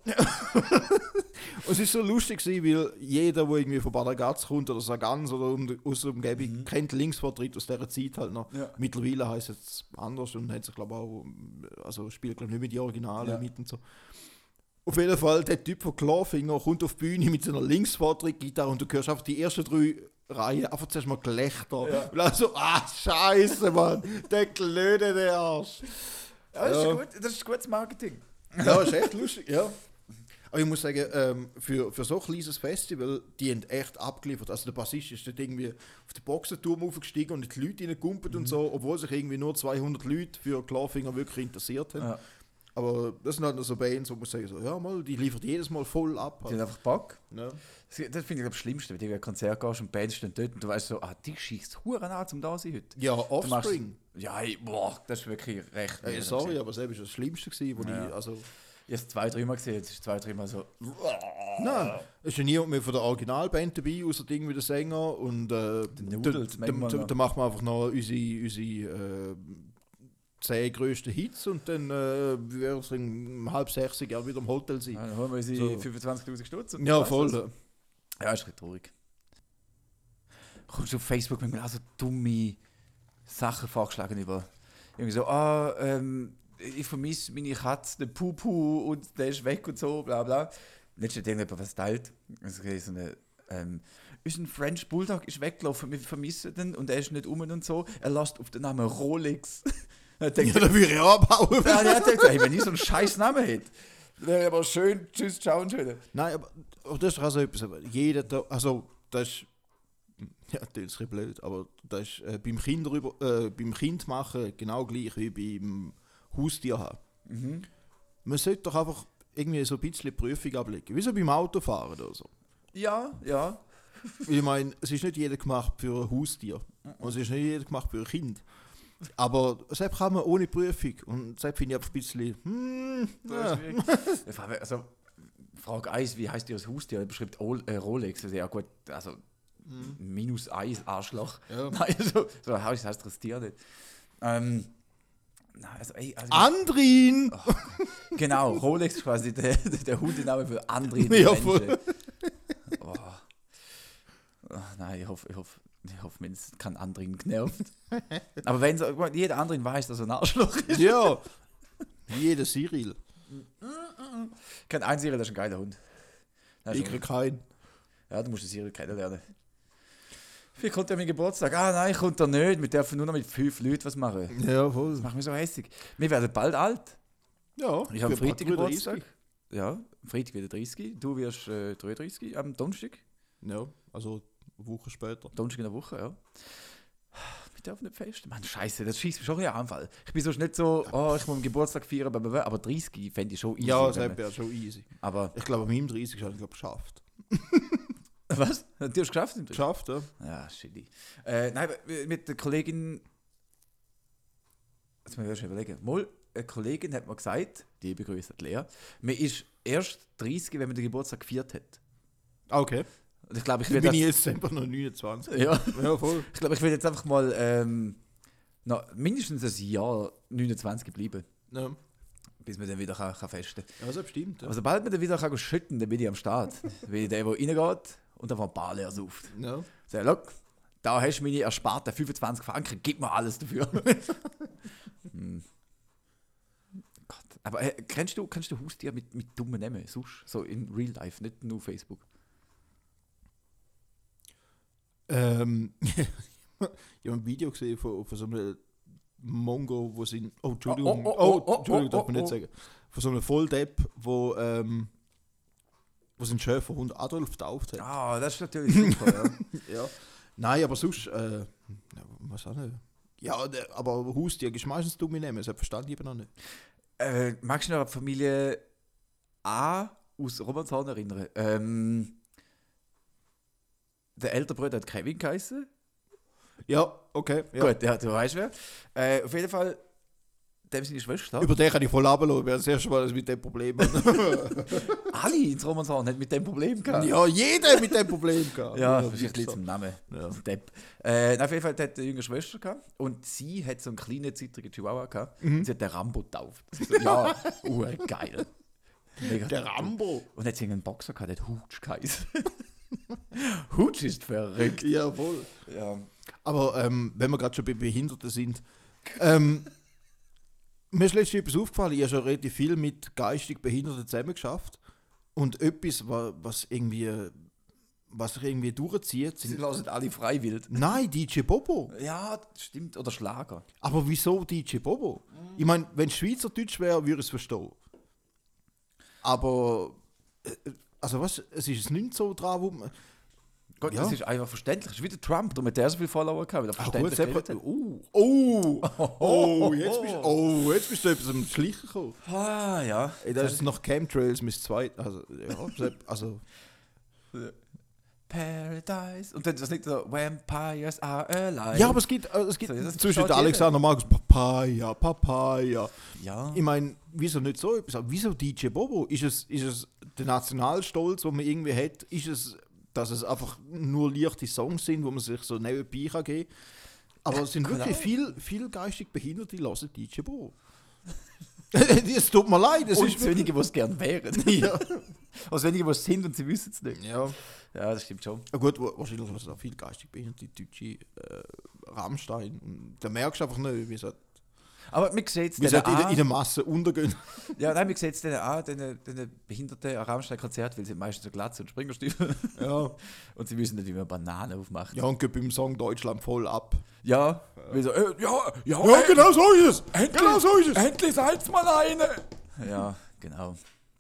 Und es war so lustig, gewesen, weil jeder, der irgendwie von Bad Ragaz kommt oder Sargans oder um, aus der Umgebung, mhm. kennt Linksvortritt aus dieser Zeit halt noch. Ja. Mittlerweile heisst es anders und hat sich, glaube auch, also spielt glaube nicht mit die Originalen Ja. mit und so. Auf jeden Fall, der Typ von Clawfinger kommt auf die Bühne mit seiner Linksvortritt-Gitarre und du hörst einfach die ersten drei Reihen einfach zuerst mal Gelächter. Ja. Und dann so, ah, Scheiße, Mann, der Klöde, der Arsch. Ja, das, Ja. Ist gut, das ist gutes Marketing. Ja, ist echt lustig, ja. Aber ich muss sagen, ähm, für, für so ein kleines Festival, die haben echt abgeliefert. Also der Bassist ist dort irgendwie auf den Boxenturm aufgestiegen und in die Leute reingekumpelt mhm. und so, obwohl sich irgendwie nur zweihundert Leute für Clawfinger wirklich interessiert haben. Ja. Aber das sind halt noch so Bands, wo man sagen so, ja mal, die liefert jedes Mal voll ab. Die haben einfach Bock. Ja. Das, das finde ich das Schlimmste, wenn du in ein Konzert gehst und Bands stehen dort und du weißt so, ah, die schießt Huren an, um da zu sein heute. Ja, Offspring. Machst, ja, ey, boah, das ist wirklich recht. Ey, sorry, aber das war das Schlimmste, gewesen, wo ja. ich, also... Ich habe es zwei, dreimal gesehen, jetzt ist es zwei, dreimal so... Nein, es ist ja niemand mehr von der Originalband dabei, außer irgendwie der Sänger und... Äh, da machen wir einfach noch unsere... unsere äh, zehn grössten Hits und dann äh, werden wir um halb sechs Jahre wieder im Hotel sein. Ja, dann holen wir unsere so. fünfundzwanzigtausend Stutz. Ja, voll. Ja, ja, ist ein bisschen traurig. Kommst du auf Facebook mit mir also dumme Sachen vorgeschlagen über. Irgendwie so, ah, ähm, ich vermisse meine Katze, den Pupu und der ist weg und so, bla bla. Letztens hat irgendjemand was teilt. Also, so eine, ähm, unser French Bulldog ist weggelaufen, wir vermissen den und er ist nicht um und so. Er lässt auf den Namen Rolex. Denkt, ja, da würde ich abhauen. Ja, der hat gedacht, hey, wenn ich so einen scheiß Namen hätte, wäre aber schön, tschüss, ciao und schön. Nein, aber, aber das ist auch so etwas. Jeder, da, also, das ist, ja, das ist ein bisschen blöd, aber das ist äh, beim, Kinder über, äh, beim Kind machen genau gleich wie beim Haustier haben. Mhm. Man sollte doch einfach irgendwie so ein bisschen Prüfung ablegen, wie so beim Autofahren oder so. Ja, ja. Ich meine, es ist nicht jeder gemacht für ein Haustier und es ist nicht jeder gemacht für ein Kind. Aber selbst kann man ohne Prüfung. Und selbst finde ich einfach ein bisschen. Hmm, ja. Also, Frage eins, wie heißt ihr Haustier? Er beschreibt äh, Rolex. Also, ja, gut, also mhm. minus eins Arschloch. Ja. Nein, so, so heißt das Tier nicht. Ähm, nein, also, ey, also, Andrin! Oh, genau, Rolex ist quasi der, der Hundename für Andrin. Ja, voll. Oh. Oh, nein, ich hoffe, ich hoffe. Ich hoffe, man ist kein Andrin genervt. Aber wenn so, jeder Andrin weiß, dass er ein Arschloch ist. Ja. Jeder Cyril. Kein ein Cyril, das ist ein geiler Hund. Ich krieg keinen. Ja, du musst den Cyril kennenlernen. Wie kommt der mein Geburtstag? Ah nein, kommt er nicht. Wir dürfen nur noch mit fünf Leuten was machen. Ja, voll. Das macht mich so hässig. Wir werden bald alt. Ja. Ich habe am Freitag Geburtstag. Ja, am Freitag wieder dreißig. Du wirst äh, dreiunddreißig am Donnerstag. Ja, also... Eine Woche später. Donnerstag in der Woche, ja. Wir dürfen nicht fest. Mann, scheiße, das schießt mich schon ein Anfall. Ich bin sonst nicht so, oh, ich muss meinen Geburtstag feiern, aber dreißig fände ich schon easy. Ja, das wäre schon easy. Aber ich glaube, an meinem dreißig habe ich es geschafft. Was? Du hast es geschafft? Geschafft, ja. Ja, shitty. Äh, nein, mit der Kollegin. Jetzt muss ich erst überlegen. Mal, eine Kollegin hat mir gesagt, die begrüßt Lea, man ist erst dreißig, wenn man den Geburtstag gefeiert hat. Okay. Und ich glaube, ich will bin ich jetzt einfach noch neunundzwanzig. Ja, ja voll. Ich glaube, ich will jetzt einfach mal ähm, noch mindestens ein Jahr neunundzwanzig bleiben. Ja. Bis man dann wieder kann, kann festen kann. Ja, das stimmt. Ja. Aber sobald man dann wieder kann schütten, dann bin ich am Start. Wie der, der reingeht und einfach ein paar leer sauft. Ja. So, look, da hast du meine ersparten fünfundzwanzig Franken, gib mir alles dafür. hm. Gott. Aber äh, kennst du, kennst du Haustier mit, mit dummen Namen? Sonst? So in Real Life, nicht nur Facebook. Ähm, ich habe ein Video gesehen von, von so einem Mongo, wo sie. Oh, Entschuldigung. Oh, oh, oh, oh, Entschuldigung, oh, oh, darf man nicht sagen. Von so einem Volldepp, wo, ähm, wo sein Schäferhund Adolf getauft hat. Ah, das ist natürlich super, ja. Ja. Nein, aber sonst. Äh, was auch nicht. Ja, aber Haustier ist meistens dumme Namen, das verstand ich eben noch nicht. Äh, magst du dich noch an die Familie A aus Romanshorn erinnern? Ähm. Der ältere Bruder hat Kevin geheißen. Ja, okay. Ja. Gut, ja, du weißt wer. Äh, auf jeden Fall, dem seine Schwester. Über den kann ich voll runterlassen, wer das erste Mal mit dem Problem hat. Alle ins Romanshorn hat mit dem Problem gehabt. Ja, jeder mit dem Problem gehabt. Ja, das ist ein bisschen zum Namen. Ja. Depp. Äh, auf jeden Fall hat eine jüngere Schwester gehabt und sie hat so einen kleinen, zittrigen Chihuahua gehabt mhm. und sie hat den Rambo getauft. So, ja, urgeil. Mega der Rambo? Und hat sie einen Boxer gehabt, der hat Hutsch geheißen. Hutsch ist verrückt. Ja, voll. Ja. Aber ähm, wenn wir gerade schon bei Behinderten sind, ähm, mir ist letztens etwas aufgefallen, ich habe schon relativ viel mit geistig Behinderten zusammen geschafft. Und etwas, was irgendwie, was sich irgendwie durchzieht. Sie lassen alle freiwillig. Nein, D J Bobo. Ja, stimmt. Oder Schlager. Aber wieso D J Bobo? Mhm. Ich meine, wenn es Schweizerdeutsch wäre, würde ich es verstehen. Aber also was, es ist nicht so dran, wo man... Gott, Ja. das ist einfach verständlich. Es ist wie der Trump, darum hat der so viele Follower gehabt. weil er Ah, gut, verständlich selber, geredet hat. oh, oh, oh, jetzt bist, oh, jetzt bist du etwas am Schleichen gekommen. Ah, ja. Ey, das ist noch Chemtrails, mein zweit, also, ja, also... Paradise. Und dann das nicht so, Vampires are alive. Ja, aber es gibt, äh, es gibt So, das zwischen versteht Alexander Markus Papaya, Papaya. Ja. Ich meine, wieso nicht so etwas? Aber wieso D J Bobo? Ist es, ist es der Nationalstolz, den man irgendwie hat? Ist es, dass es einfach nur leichte Songs sind, wo man sich so nebenbei kann geben kann? Aber es sind keine wirklich Ahnung. viel, viel geistig Behinderte, die hören D J Bobo. Es tut mir leid, es Und ist es wenige, die es gerne wären. ja. Also wenige, die es sind und sie wissen es nicht. ja. Ja, das stimmt schon. Ja gut, wa- wahrscheinlich ist es auch viel geistig behinderte deutsche äh, Rammstein. Und da merkst du einfach nicht, wie es Aber man sieht es wie denen sie in, der- in an. der Masse untergehen. Ja, nein, man sieht es denen an, diesen, diesen behinderten Rammstein-Konzert, weil sie meistens so Glatze und Springerstiefel. Ja. Und sie wissen nicht, wie man Bananen aufmacht. Ja, und geht beim Song Deutschland voll ab. Ja, weil so, äh, ja, ja, Ja, äh, genau so ist es! endlich, Genau so ist es! endlich seid's mal eine! Ja, genau.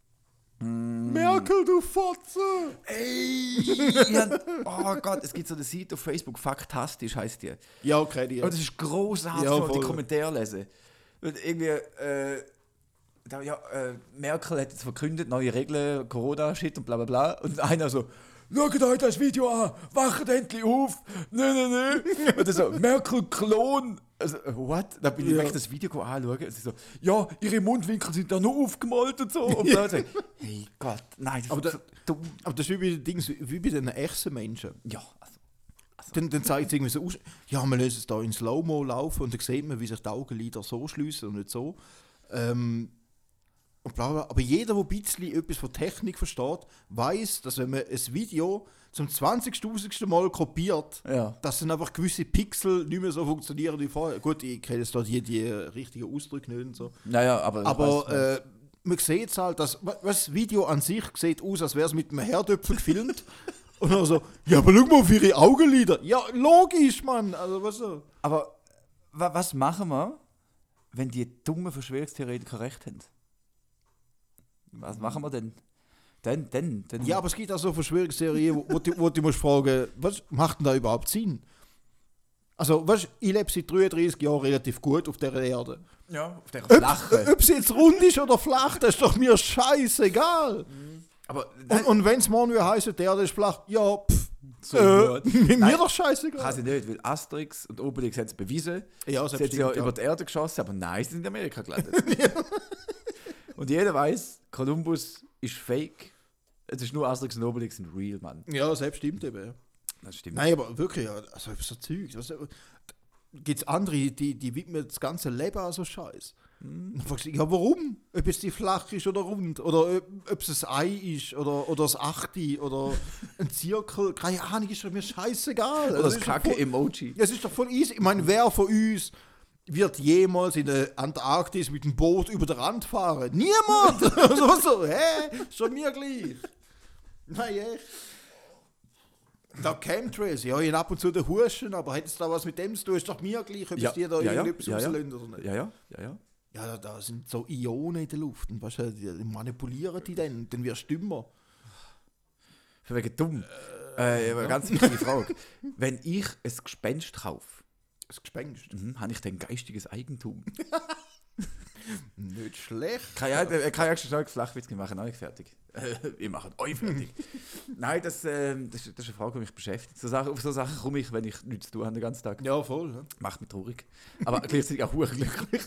Merkel, du Fotze! Ey! Ja, oh Gott, es gibt so eine Seite auf Facebook, Faktastisch heißt die. Ja, okay, die. Und das ist großartig, Ja, wenn man die voll. Kommentare lesen. Und irgendwie, äh, da, ja, äh, Merkel hat jetzt verkündet, neue Regeln, Corona-Shit und bla bla bla. Und einer so, schaut euch das Video an, wacht endlich auf! Nö, nö, nö! Und dann so, Merkel-Klon! Also, what? Da bin ich Ja. weg das Video anschauen und sie so, ja, ihre Mundwinkel sind da nur aufgemalt und so. Und dann so, hey Gott, nein, das Aber ist da- so dumm. Aber das ist wie bei den Dings, wie bei den echten Menschen. Ja, also. Dann, dann zeigt es irgendwie so aus, ja, man lässt es da in Slow-Mo laufen und dann sieht man, wie sich die Augenlider so schliessen und nicht so. Ähm, und bla bla. Aber jeder, der ein bisschen etwas von Technik versteht, weiß, dass wenn man ein Video zum zwanzigtausendsten Mal kopiert, Ja. dass dann einfach gewisse Pixel nicht mehr so funktionieren wie vorher. Gut, ich kenne jetzt da die, die richtigen Ausdrücke nicht und so. Naja, aber. Aber weißt du, äh, man sieht halt, dass wa- was, das Video an sich sieht aus, als wäre es mit einem Herdöpfel gefilmt. Und dann so, ja, aber schau mal auf ihre Augenlider. Ja, logisch, Mann. Also, was so? Aber wa was machen wir, wenn die dummen Verschwörungstheoretiker recht haben? Was machen wir denn? Dann, dann, dann. Ja, aber es gibt auch so Verschwörungstheorien, wo, wo, du, wo du musst fragen, was macht denn da überhaupt Sinn? Also, weißt, ich lebe seit dreiunddreißig Jahren relativ gut auf dieser Erde. ja, auf der Ob, flachen. ob es jetzt rund ist oder flach, das ist doch mir scheißegal. Aber Und, und wenn es morgen wieder heisst, die Erde ist flach, ja, pff, so äh, gut. mir Nein, doch scheißegal. kann sie nicht, weil Asterix und Obelix haben es bewiesen. Ja, Sie das haben sie ja stimmt, ja. über die Erde geschossen, aber nein, sie sind in Amerika gelandet. Und jeder weiß, Kolumbus ist fake. Es ist nur Asterix und Obelix sind real, Mann. Ja, selbst stimmt eben. Ja. Das stimmt. Nein, aber wirklich, ja, also so Zeug. Gibt es andere, die, die widmen das ganze Leben an so Scheiß? Dann fragst du dich, ja, warum? Ob es die flach ist oder rund? Oder ob, ob es ein Ei ist oder, oder das Achti oder ein Zirkel. Keine Ahnung, ist doch mir scheißegal. Oder das ist doch voll- Kacke-Emoji. Ja, es ist doch voll easy. Ich meine, wer von uns wird jemals in der Antarktis mit dem Boot über den Rand fahren? Niemand! Also so, hä? Schon mir gleich. Nein, echt. Da Chemtrails, ja, ich hab ab und zu den Huschen, aber hat es da was mit dem zu tun? Ist doch mir gleich, ob Ja, es dir da ja, ja, irgendetwas ja, ja. rauslösen oder nicht. Ja, ja, ja, ja. Ja, da, da sind so Ionen in der Luft und weißt du, die manipulieren die dann, dann wirst du dümmer. Für wegen dumm. Äh, aber ganz wichtige Frage. Wenn ich ein Gespenst kaufe, Das Gespenst. mhm, habe ich dann geistiges Eigentum? Nicht schlecht. Kann ja, äh, kann ja schnell Flachwitz machen, euch fertig. Ich mache euch fertig. Nein, das, äh, das, ist- das ist eine Frage, die mich beschäftigt. So Sachen, auf so Sachen komme ich, wenn ich nichts zu tun habe den ganzen Tag. Ja, voll. Ja. Macht mich traurig. Aber gleichzeitig auch glücklich.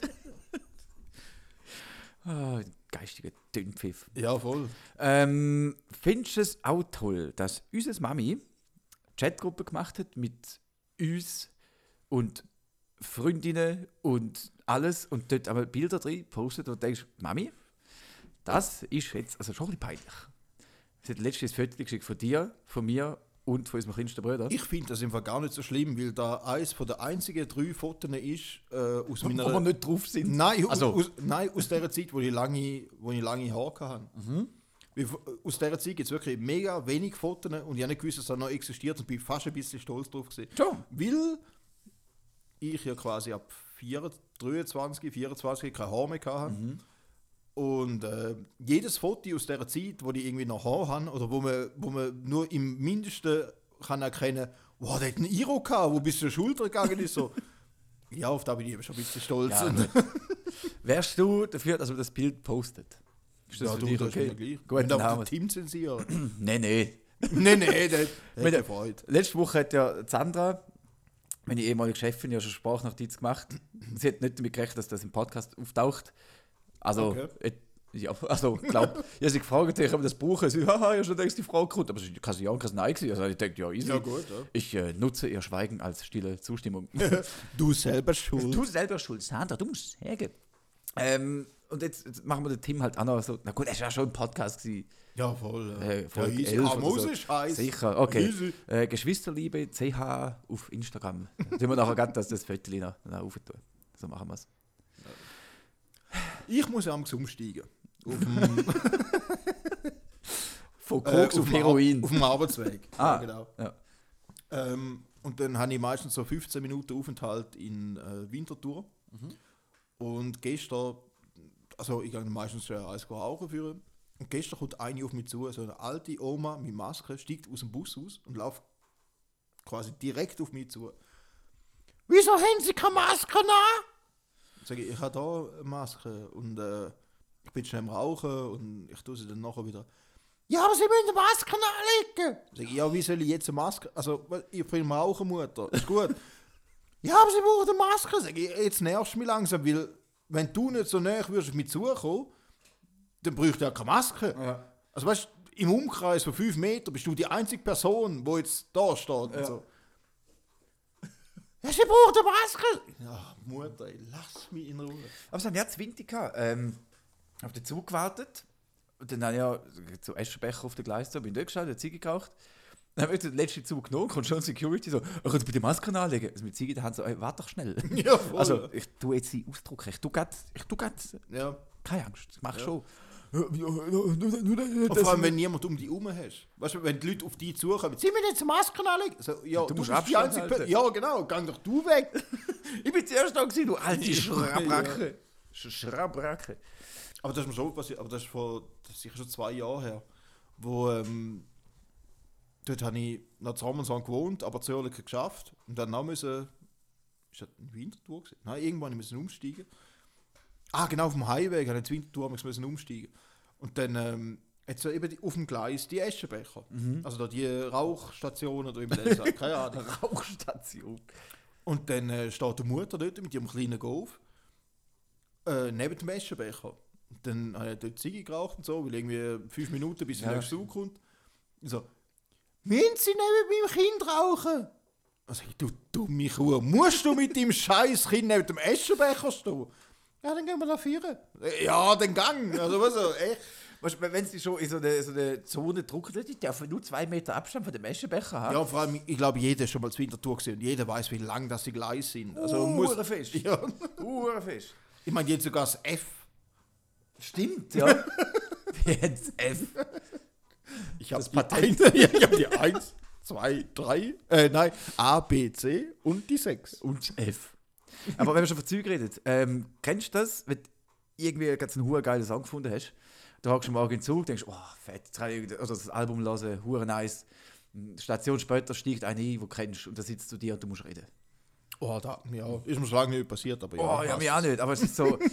Oh, geistiger Dünnpfiff. Ja, voll. Ähm, findest du es auch toll, dass unsere Mami eine Chatgruppe gemacht hat mit uns und Freundinnen und alles und dort einmal Bilder drin postet und denkst, Mami, das ist jetzt also schon ein bisschen peinlich. Sie hat letztens ein Foto geschickt von dir, von mir und von unserem kleinsten Bruder. Ich finde das einfach gar nicht so schlimm, weil da eins von den einzigen drei Fotos ist äh, aus wo meiner... wir nicht drauf sind. Nein, Also- aus, aus, nein, aus der Zeit, wo ich lange, wo ich lange Haare hatte. Mhm. Weil, aus dieser Zeit gibt es wirklich mega wenig Fotos und ich habe nicht gewusst, dass das noch existiert und bin fast ein bisschen stolz drauf gewesen. Schon. Weil ich ja quasi ab vierundzwanzig, dreiundzwanzig, vierundzwanzig kein Haar mehr hatte. Mhm. Und äh, jedes Foto aus dieser Zeit, wo die irgendwie noch Haar haben, oder wo man, wo man nur im Mindesten kann erkennen, wow, der hat einen Iro gehabt, wo bis zur Schulter gegangen ist, so. Ja, auf da bin ich eben schon ein bisschen stolz. Ja, Und wärst du dafür, dass man das Bild postet? Ist das ja, für du, dich das ist okay? mir gleich. Gut, Und dann auch haben den wir's. Team zensieren. Nein, nein. Nein, nein, der Mit hat der- gefreut. Letzte Woche hat ja Sandra, meine ehemalige Chefin, ja schon Sprachnotiz gemacht. Sie hat nicht damit gerechnet, dass das im Podcast auftaucht. Also, Okay. et, ja, also, ich glaube, ich habe sie gefragt, ob ich das brauche. Sie, haha, ja, schon denkst die Frage kommt. Aber es war kein Ja und kein Nein gewesen. Also, ich dachte, ja, easy. Ja, gut, ja. Ich äh, nutze ihr Schweigen als stille Zustimmung. Du selber schuld. Du selber schuld, Sandra, du musst sagen. Ähm, und jetzt, jetzt machen wir den Tim halt auch noch so. Na gut, es war ja schon ein Podcast gewesen. Ja, voll. Ja. Äh, Folge ja, easy. elf Ah, oder muss so. ich scheiße. Sicher, okay. Easy. Äh, Geschwisterliebe C H auf Instagram. Tun wir nachher gerade das, das Foto noch, noch rauf tun. So machen wir es. Ich muss ja am umsteigen. Auf dem, Von äh, Koks auf dem Ar- Heroin. Auf dem Arbeitsweg. Ah, Ja, genau. ja. Ähm, und dann habe ich meistens so fünfzehn Minuten Aufenthalt in äh, Winterthur. Und gestern, also ich gehe meistens schon eins rauchen führen. Und gestern kommt eine auf mich zu, so eine alte Oma mit Maske, steigt aus dem Bus aus und läuft quasi direkt auf mich zu. Wieso haben Sie keine Maske da? Sag ich, ich habe da eine Maske und äh, ich bin schnell am Rauchen und ich tue sie dann nachher wieder. Ja, aber Sie müssen eine Maske anlegen. Sag ich, ja, wie soll ich jetzt eine Maske? Also, ich bin am Rauchen, Mutter. Ist gut. Ja, aber Sie brauchen eine Maske. Sag ich, jetzt nervst du mich langsam, weil wenn du nicht so näher würdest auf mich zukommen, dann bräuchte ich ja keine Maske. Ja. Also weißt du, im Umkreis von fünf Metern bist du die einzige Person, die jetzt da steht. Und Ja. so. Ja, sie braucht eine Maske. Ja, Mutter, ey, lass mich in Ruhe. Aber es haben ja Winter gehabt. Ähm, auf den Zug gewartet. Und dann habe ich ja so Eschenbecher auf den Gleis, so, bin dort geschaut, habe Ziege geraucht. Dann habe ich den letzten Zug genommen, kommt schon Security so, ich könnte bitte Maske anlegen. Also mit Ziege in der Hand so, ey, warte doch schnell. Ja, voll. Also, ich tue jetzt sie ausdrucken. Ich tue ganz, ich tue ganz, Ja. keine Angst, ich mache Ja. schon. Und vor allem, wenn niemand um dich herum hast. Weißt du, wenn die Leute auf dich zukommen, sie müssen jetzt eine Maske anlegen. So, ja, du musst bist die Abstand einzige halten. Pe- Ja, genau, geh doch du weg. Ich bin zuerst da gewesen, du alte Ja. Schrabracke. Sch- Schrabracke. Aber das ist mir schon passiert, aber das ist vor das ist sicher schon zwei Jahren her, wo ähm, dort habe ich nach Zommersang gewohnt, aber zu Oerlikon geschafft und dann noch müssen, ist das ein Winterthur gewesen? Nein, irgendwann müssen umsteigen. Ah, genau, auf dem Highway, habe ich in Winterthur müssen umsteigen. Und dann ähm, hat so eben die, auf dem Gleis die Eschenbecher, also da die Rauchstationen oder wie man das sagt, keine Ahnung. Rauchstation. Und dann äh, steht die Mutter dort mit ihrem kleinen Golf äh, neben dem Eschenbecher. Und dann habe ich dort Ziege geraucht und so, weil irgendwie fünf Minuten bis der Ja, nächste Zug kommt. Und so, müssen Sie neben meinem Kind rauchen? Also ich, du dumme Kuh, musst du mit dem scheiß Kind neben dem Eschenbecher stehen? Ja, dann gehen wir da führen. Ja, dann gang. Also was so, echt. Weißt du, wenn sie schon in so eine, so eine Zone drucken, die dürfen nur zwei Meter Abstand von dem Eschenbecher haben. Ja, vor allem, ich glaube, jeder ist schon mal zu Winterthur gesehen und jeder weiß, wie lang das die Gleise sind. Also Uh, muss, Uhrenfisch. ja. Uhrenfisch. Ich meine, jetzt sogar das F. Stimmt, ja. Jetzt F. Ich habe Das die Patent. Eins- ja, ich habe die eins, zwei, drei, äh, nein, A, B, C und die sechs. Und F. Aber wenn wir schon von Zeug redet, ähm, kennst du das, wenn du irgendwie ganz einen huere geilen Song gefunden hast, da hockst du morgen in den Zug, denkst, oh, fett, jetzt kann ich oder das Album hören, hure nice. Eine Station später steigt einer ein, den du kennst, und da sitzt du dir und du musst reden. Oh, da, ja, ist mir schon lange nicht passiert, aber ja. Oh, ja, passt. mir auch nicht, aber es ist so.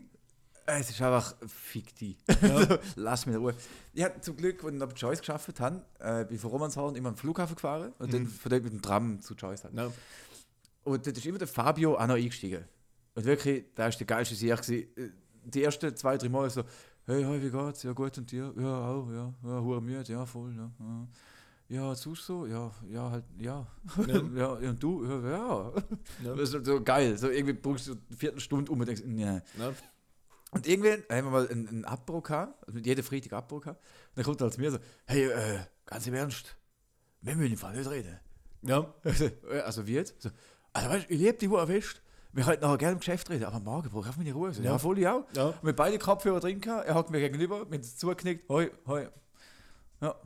Es ist einfach fiktiv. Also, lass mich in Ruhe. Ich habe zum Glück, als ich noch bei Joyce gearbeitet habe, äh, bin von Romanshorn immer am Flughafen gefahren und dann von dort mit dem Tram zu Joyce. Halt. Ja. Und dort ist immer der Fabio auch noch eingestiegen. Und wirklich, der war der geilste Sieg gewesen. Die ersten zwei, drei Mal so, hey, hey, wie geht's? Ja, gut, und dir? Ja, auch, ja, ja, hure müde, ja, voll, ja. ja. Ja, sonst so? Ja, ja, halt, ja. Ja, ja und du? Ja, ja. Ja. Das ist so geil. So irgendwie brauchst du eine Viertelstunde um und denkst, nee. Ja. Und irgendwann haben wir mal einen, einen Abbruch gehabt, also mit jedem Freitag Abbruch gehabt. Und dann kommt er zu mir so, hey, äh, ganz im Ernst, wir müssen im Fall nicht reden. Ja. Also wie jetzt? So, also weißt du, ich liebe die Uhr erwischt. Wir könnten nachher gerne im Geschäft reden, aber morgen brauche ich einfach meine Ruhe. So, ja. ja, voll ich auch. Ja. Und mit beiden Kopfhörer drin gehabt, er hat mir gegenüber, mit uns zugeknickt, hoi, hoi. Ja,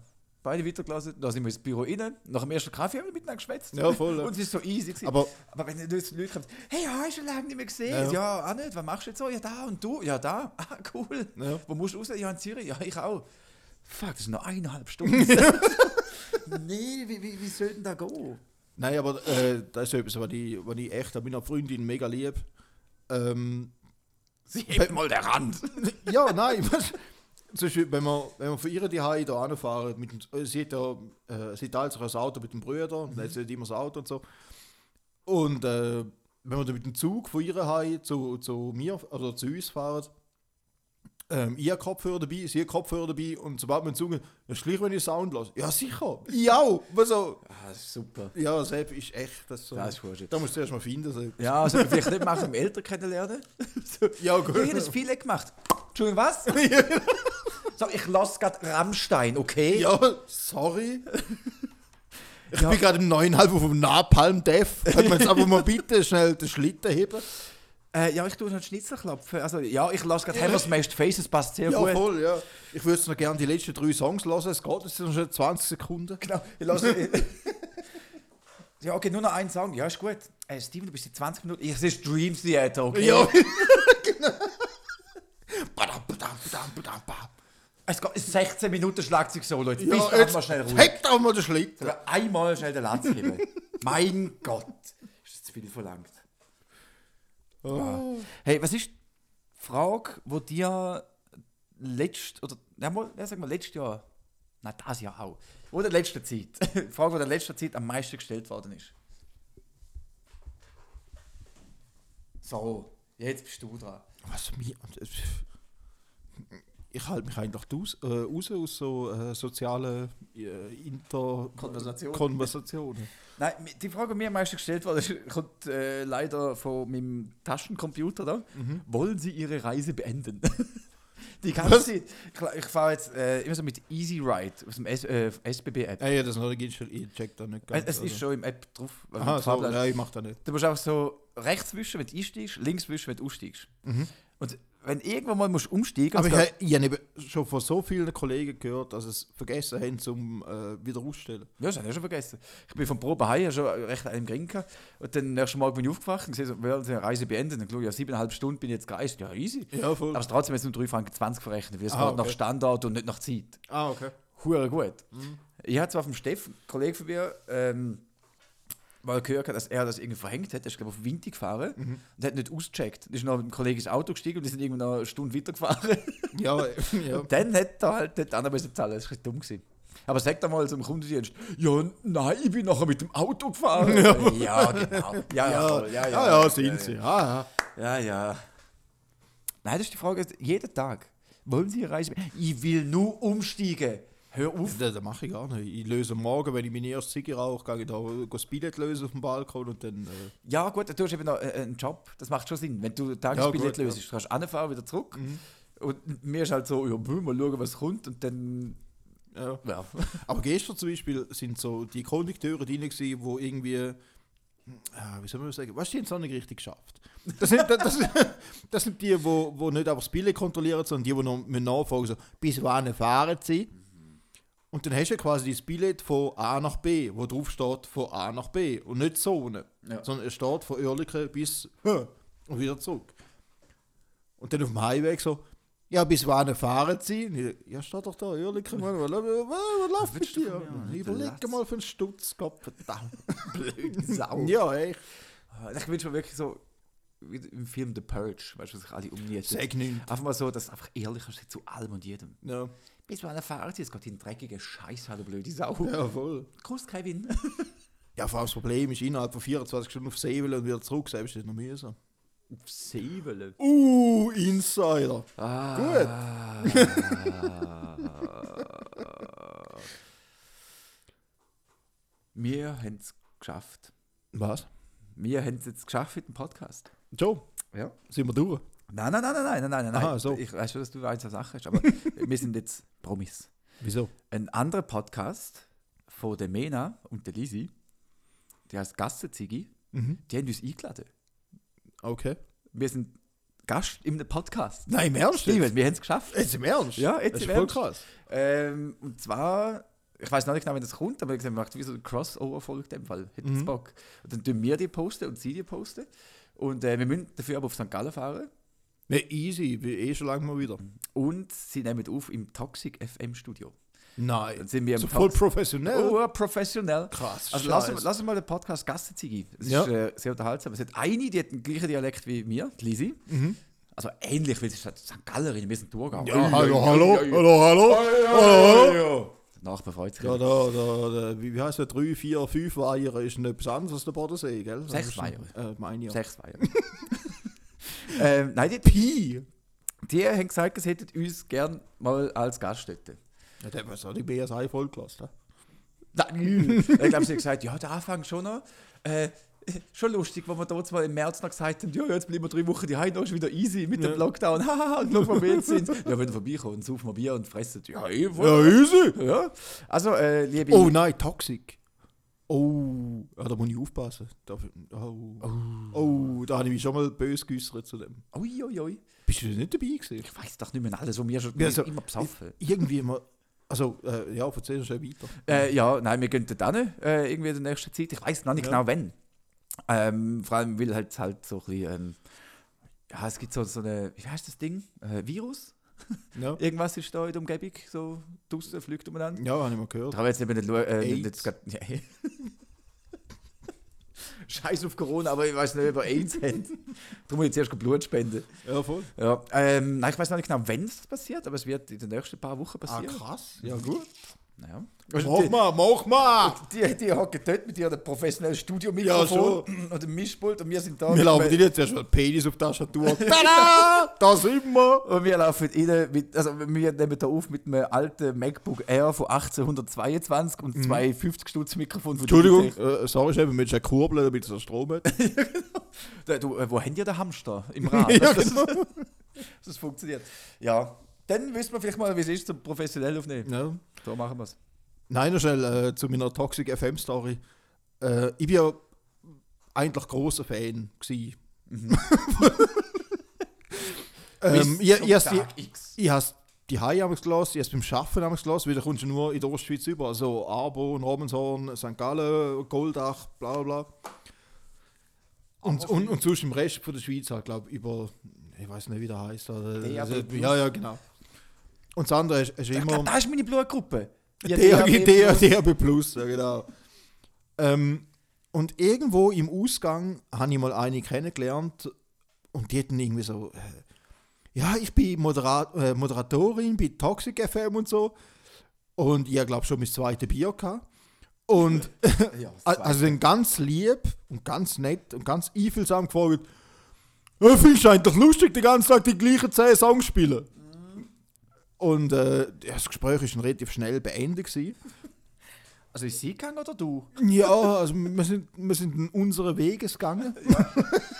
beide weitergelassen, da sind wir ins Büro rein, nach dem ersten Kaffee haben wir miteinander geschwätzt. Ja, voll. Ja. Und es ist so easy gewesen. Aber, Aber wenn du jetzt Leute kommst, hey, ja, hast du schon lange nicht mehr gesehen? Ja. Ja, auch nicht, was machst du jetzt so? Ja, da und du? Ja, da. Ah, cool. Ja. Wo musst du raus? Ja, in Zürich. Ja, ich auch. Fuck, das ist noch eineinhalb Stunden. Nee, wie, wie, wie soll denn da gehen? nein, aber äh, das ist etwas, was ich, was ich echt an meiner Freundin mega lieb. Ähm, Sie hebt mal der Rand. ja, nein, was, zum Beispiel, wenn wir, wenn wir von ihr die Hause hier hinfahren, mit dem, sie hat ja, äh, sie teilt sich ein Auto mit dem Bruder, mhm. dann hat sie nicht immer das Auto und so. Und äh, wenn wir dann mit dem Zug von ihrer Hause zu, zu mir oder zu uns fahren, ähm, ich habe Kopfhörer dabei, sie hat Kopfhörer dabei und sobald wir Zug gehen, ja, schlich, wenn ich Sound lasse. Ja, sicher. Ich auch. Also, Ah, das ist super. ja, selbst ist echt. Das so. Das ist voll schön. Da musst du erst mal finden. So. Ja, also vielleicht nicht machen, um Eltern kennenlernen. So, Ja, gut. Ich habe das viele gemacht. Entschuldigung, was? So, ich lasse gerade Rammstein, okay? Ja, sorry. Ich bin gerade im neuen Halb vom Napalm Death. Können wir jetzt aber mal bitte schnell den Schlitten heben? Äh, ja, ich tue noch einen Schnitzel klopfen. Also, ja, ich lasse gerade Hammer Smashed Faces, passt sehr Ja, gut. voll, ja. Ich würde noch gerne die letzten drei Songs hören. Es geht jetzt noch schon zwanzig Sekunden. Genau, ich lasse. Ja, okay, nur noch einen Song. Ja, ist gut. Äh, Steven, du bist in zwanzig Minuten. Ich sehe Dream Theater, okay? Ja, genau. Badam, badam, badam, badam, badam. Es geht sechzehn Minuten Schlagzeug-Solo. Jetzt Ja, bist du jetzt mal schnell ruhig. Heck doch mal den Schlitten. Sogar einmal schnell den Latz heben. Mein Gott. Ist das zu viel verlangt. Oh. Hey, was ist die Frage, die dir letzt oder ja, mal, ja, sag mal letztes Jahr, nein, das Jahr auch, oder in letzter Zeit, die Frage, die in der letzten Zeit am meisten gestellt worden ist? So, jetzt bist du dran. Was mir. Ich halte mich eigentlich aus, äh, raus aus so äh, sozialen äh, Inter Konversationen. Konversationen. Nein, die Frage, die mir am meisten gestellt wurde, ist, kommt äh, leider von meinem Taschencomputer da. Mhm. Wollen Sie Ihre Reise beenden? Die ganze Zeit. Ich, ich fahre jetzt äh, immer so mit Easy Ride aus dem S, äh, S B B-App. Ja, ja, das noch ich check da nicht ganz. Es, es ist also. schon im App drauf. Also Aha, mit so, Farbladern. ja, ich mach das nicht. Du musst einfach so rechts wischen, wenn du einsteigst, links wischen, wenn du aussteigst. Und wenn du irgendwann mal musst umsteigen Aber ich, musst, ha- ich habe eben schon von so vielen Kollegen gehört, dass sie es vergessen haben, zum äh, wieder ausstellen. ja, das habe ich schon vergessen. Ich bin vom Probe heim, habe schon recht einen Gring gehabt. Und dann nächsten Morgen bin ich aufgewacht und gesehen, so, wollen Sie eine Reise beenden? Dann schaue ich, ja, siebeneinhalb Stunden bin ich jetzt gereist. Ja, easy. Ja, voll. Aber es trotzdem ist es um drei Franken zwanzig verrechnet, weil es Ah, geht nach okay. Standard und nicht nach Zeit. Ah, okay. Hure gut. Ich habe zwar vom Steff, ein Kollege von mir, ähm, mal gehört, dass er das irgendwie verhängt hat. Er ist, glaube ich, auf Winter gefahren und hat nicht ausgecheckt. Er ist noch mit dem Kollegen ins Auto gestiegen und die sind irgendwie noch eine Stunde weitergefahren. Ja, ja. Und dann hat er halt nicht anderen müssen zahlen. Das war dumm gewesen. Aber sag doch mal zum Kundendienst, ja, nein, ich bin nachher mit dem Auto gefahren. Ja, ja genau. Ja, ja, voll. ja, Ja, ja, sind sie. Ah, ja. Ja, ja. Nein, das ist die Frage, jeden Tag. Wollen Sie eine Reise? Ich will nur umsteigen. Hör auf. Das, das mache ich gar nicht. Ich löse am Morgen, wenn ich meine erste Zigarre rauche, gehe ich da das Billett lösen auf dem Balkon und dann... Äh, Ja, gut, du hast eben noch äh, einen Job. Das macht schon Sinn. Wenn du Tagesbillett Ja, gut, löst, du kannst anfahren, wieder zurück. Und mir ist halt so, ja, mal schauen, was kommt. Und dann. ja. Ja. Aber gestern zum Beispiel sind so die Kondukteure drin gewesen, die irgendwie... Ja, wie soll man sagen? Was, die haben es auch nicht richtig geschafft. Das sind, das, das, das sind die, die wo, wo nicht einfach das Billett kontrollieren, sondern die, die noch mit nachfragen, so, bis wann fahren sie? Und dann hast du quasi das Billett von A nach B, wo drauf steht von A nach B. Und nicht so, ne? Ja. Sondern es steht von Oerlikon bis H und wieder zurück. Und dann auf dem Highway so, ja, bis wann fahren sie? Und ich, ja, steht doch da, Oerlikon, Mann, was, was, was läuft mit dir? mir? Überleg Latz. mal für einen Stutz, Gott verdammt. Blöde Sau. Ja, echt. Ich bin schon wirklich so, wie im Film The Purge, weißt du, was sich alle umnieten. Sag nicht. Einfach mal so, dass du einfach ehrlich ist zu allem und jedem. Ja, Bis wann fahren sie? Es geht in dreckige Scheiße, du blöde Sau. ja, voll. Kuss Kevin. Ja, vor allem das Problem ist, innerhalb von vierundzwanzig Stunden auf Seewelle und wieder zurück, selbst ist das noch mühsam. Säbele. Uh, Insider. Ah. Gut. Wir haben es geschafft. Was? Wir haben es jetzt geschafft mit dem Podcast. Joe, Ja. sind wir durch? Nein, nein, nein, nein, nein, nein, nein. Aha, so. Ich weiß schon, dass du eins der Sache hast, aber wir sind jetzt Promis. Wieso? Ein anderer Podcast von der Mena und der Lisi, der heißt Gassenzigi, Mhm. die haben uns eingeladen. Okay. Wir sind Gast im Podcast. Nein, im Ernst? Steven, wir haben es geschafft. Jetzt im Ernst? Ja, jetzt das ist im voll Ernst. krass. Ähm, und zwar ich weiß noch nicht genau, wenn das kommt, aber ich gesagt, macht wie so eine Crossover-Folge in dem Fall. Hätten mhm. Bock. Und dann tun wir die posten und sie die posten. Und äh, wir müssen dafür aber auf Sankt Gallen fahren. Ne, easy, wie eh schon lange mal wieder. Und sie nehmen auf im Toxic F M Studio. Nein, dann sind wir im so voll professionell. Oh, professionell. Krass. Also lass, lass mal den Podcast Gasse ziehen. Es ja. ist äh, sehr unterhaltsam. Es hat eine, die hat den gleichen Dialekt wie mir, die Lisi. Mhm. Also ähnlich, weil sie ist Sankt Gallerin, wir sind Thurgau. Ja, ja, hallo, hallo, hallo, hallo, hallo, hallo. Der Nachbar freut sich. Ja, da, da, da, wie heißt der? drei, vier, fünf Weiher ist nicht besonders als der Bodensee, gell? Sechs Weiher. Äh, meine ich. Sechs Weiher. ähm, nein, die Pi, die haben gesagt, sie hätten uns gerne mal als Gaststätte. Ja, der hat die B S I vollgelassen. Nein, ich glaube, sie haben gesagt, ja, der Anfang schon noch. Äh, schon lustig, wo wir dort mal im März noch gesagt haben, ja, jetzt bleiben wir drei Wochen daheim, noch ist wieder easy mit ja. dem Lockdown. Haha, und schauen, wo wir jetzt sind. Ja, wenn wir vorbeikommen, saufen wir Bier und fressen. Ja, eh, voll. Ja, easy. Ja. Also, äh, liebe... Oh nein, Toxic. Oh, ja, da muss ich aufpassen. Da, oh, oh. oh, da habe ich mich schon mal böse geäußert zu dem. Ui, ui, ui. Bist du nicht dabei gewesen? Ich weiß doch nicht mehr alles, wo wir schon ja, also, immer besaufen. Irgendwie immer... Also, äh, ja, erzähl schon weiter. Äh, ja, nein, wir gehen dort hin, äh, irgendwie in der nächsten Zeit. Ich weiß noch nicht ja. genau, wann. Ähm, vor allem, weil halt, halt so ein bisschen... Ähm, ja, es gibt so, so eine... Wie heißt das Ding? Äh, Virus? Ja. Irgendwas ist da in der Umgebung, so draussen, fliegt umeinander. Ja, habe ich mal gehört. Da haben wir jetzt eben nicht... Äh, nicht grad, ja. Scheiß auf Corona, aber ich weiß nicht, ob wir AIDS haben. Darum muss ich jetzt erst Blut spenden. Ja, voll. Ja, ähm, nein, ich weiß noch nicht genau, wenn es passiert, aber es wird in den nächsten paar Wochen passieren. Ah, krass. Ja, gut. Naja. Also mach die, mal, mach mal! Die, die hocken dort mit ihrem professionellen Studiomikrofon ja, und dem Mischpult und wir sind da. Wir laufen nicht jetzt erst mal Penis auf die Tastatur. Tada! Da sind wir! Und wir laufen rein mit, also wir nehmen da auf mit einem alten MacBook Air von achtzehnhundertzweiundzwanzig und mhm. zwei fünfzig Stutz Mikrofon von Entschuldigung, äh, sorry, ich habe mit einer Kurbel, damit es so Strom hat. Ja, genau. Du, äh, wo haben die den Hamster? Im Rad. Ja, genau. das, das funktioniert. Ja. Dann wissen wir vielleicht mal, wie es ist, zum professionell aufnehmen. Ja. So machen wir es. Nein, noch schnell äh, zu meiner Toxic F M-Story. Äh, ich war ja eigentlich großer Fan. Mhm. ähm, ich ich habe es die Haie gelassen, ich habe es beim Arbeiten gelassen, weil da kommst du nur in der Ostschweiz über. Also Arbo, Robinson, Sankt Gallen, Goldach, bla bla bla. Und, und, und sonst im Rest von der Schweiz halt, glaube ich, über, ich weiß nicht, wie der heißt. Also, ja, ja, genau. Und das andere ist, ist immer... Da ist meine Blutgruppe. Ja, D H B Plus, ja genau. Ähm, und irgendwo im Ausgang habe ich mal eine kennengelernt und die hatten irgendwie so, äh, ja, ich bin Modera- äh, Moderatorin bei Toxic F M und so. Und ich glaube schon mein zweites Bier gehabt. Und ja, also dann ganz lieb und ganz nett und ganz einfühlsam gefragt, ja, findest du eigentlich lustig, den ganzen Tag die gleichen zehn Songs spielen? Und äh, das Gespräch war relativ schnell beendet gewesen. Also ist sie gegangen oder du? Ja, also wir sind, wir sind in unsere Wege gegangen. Ja.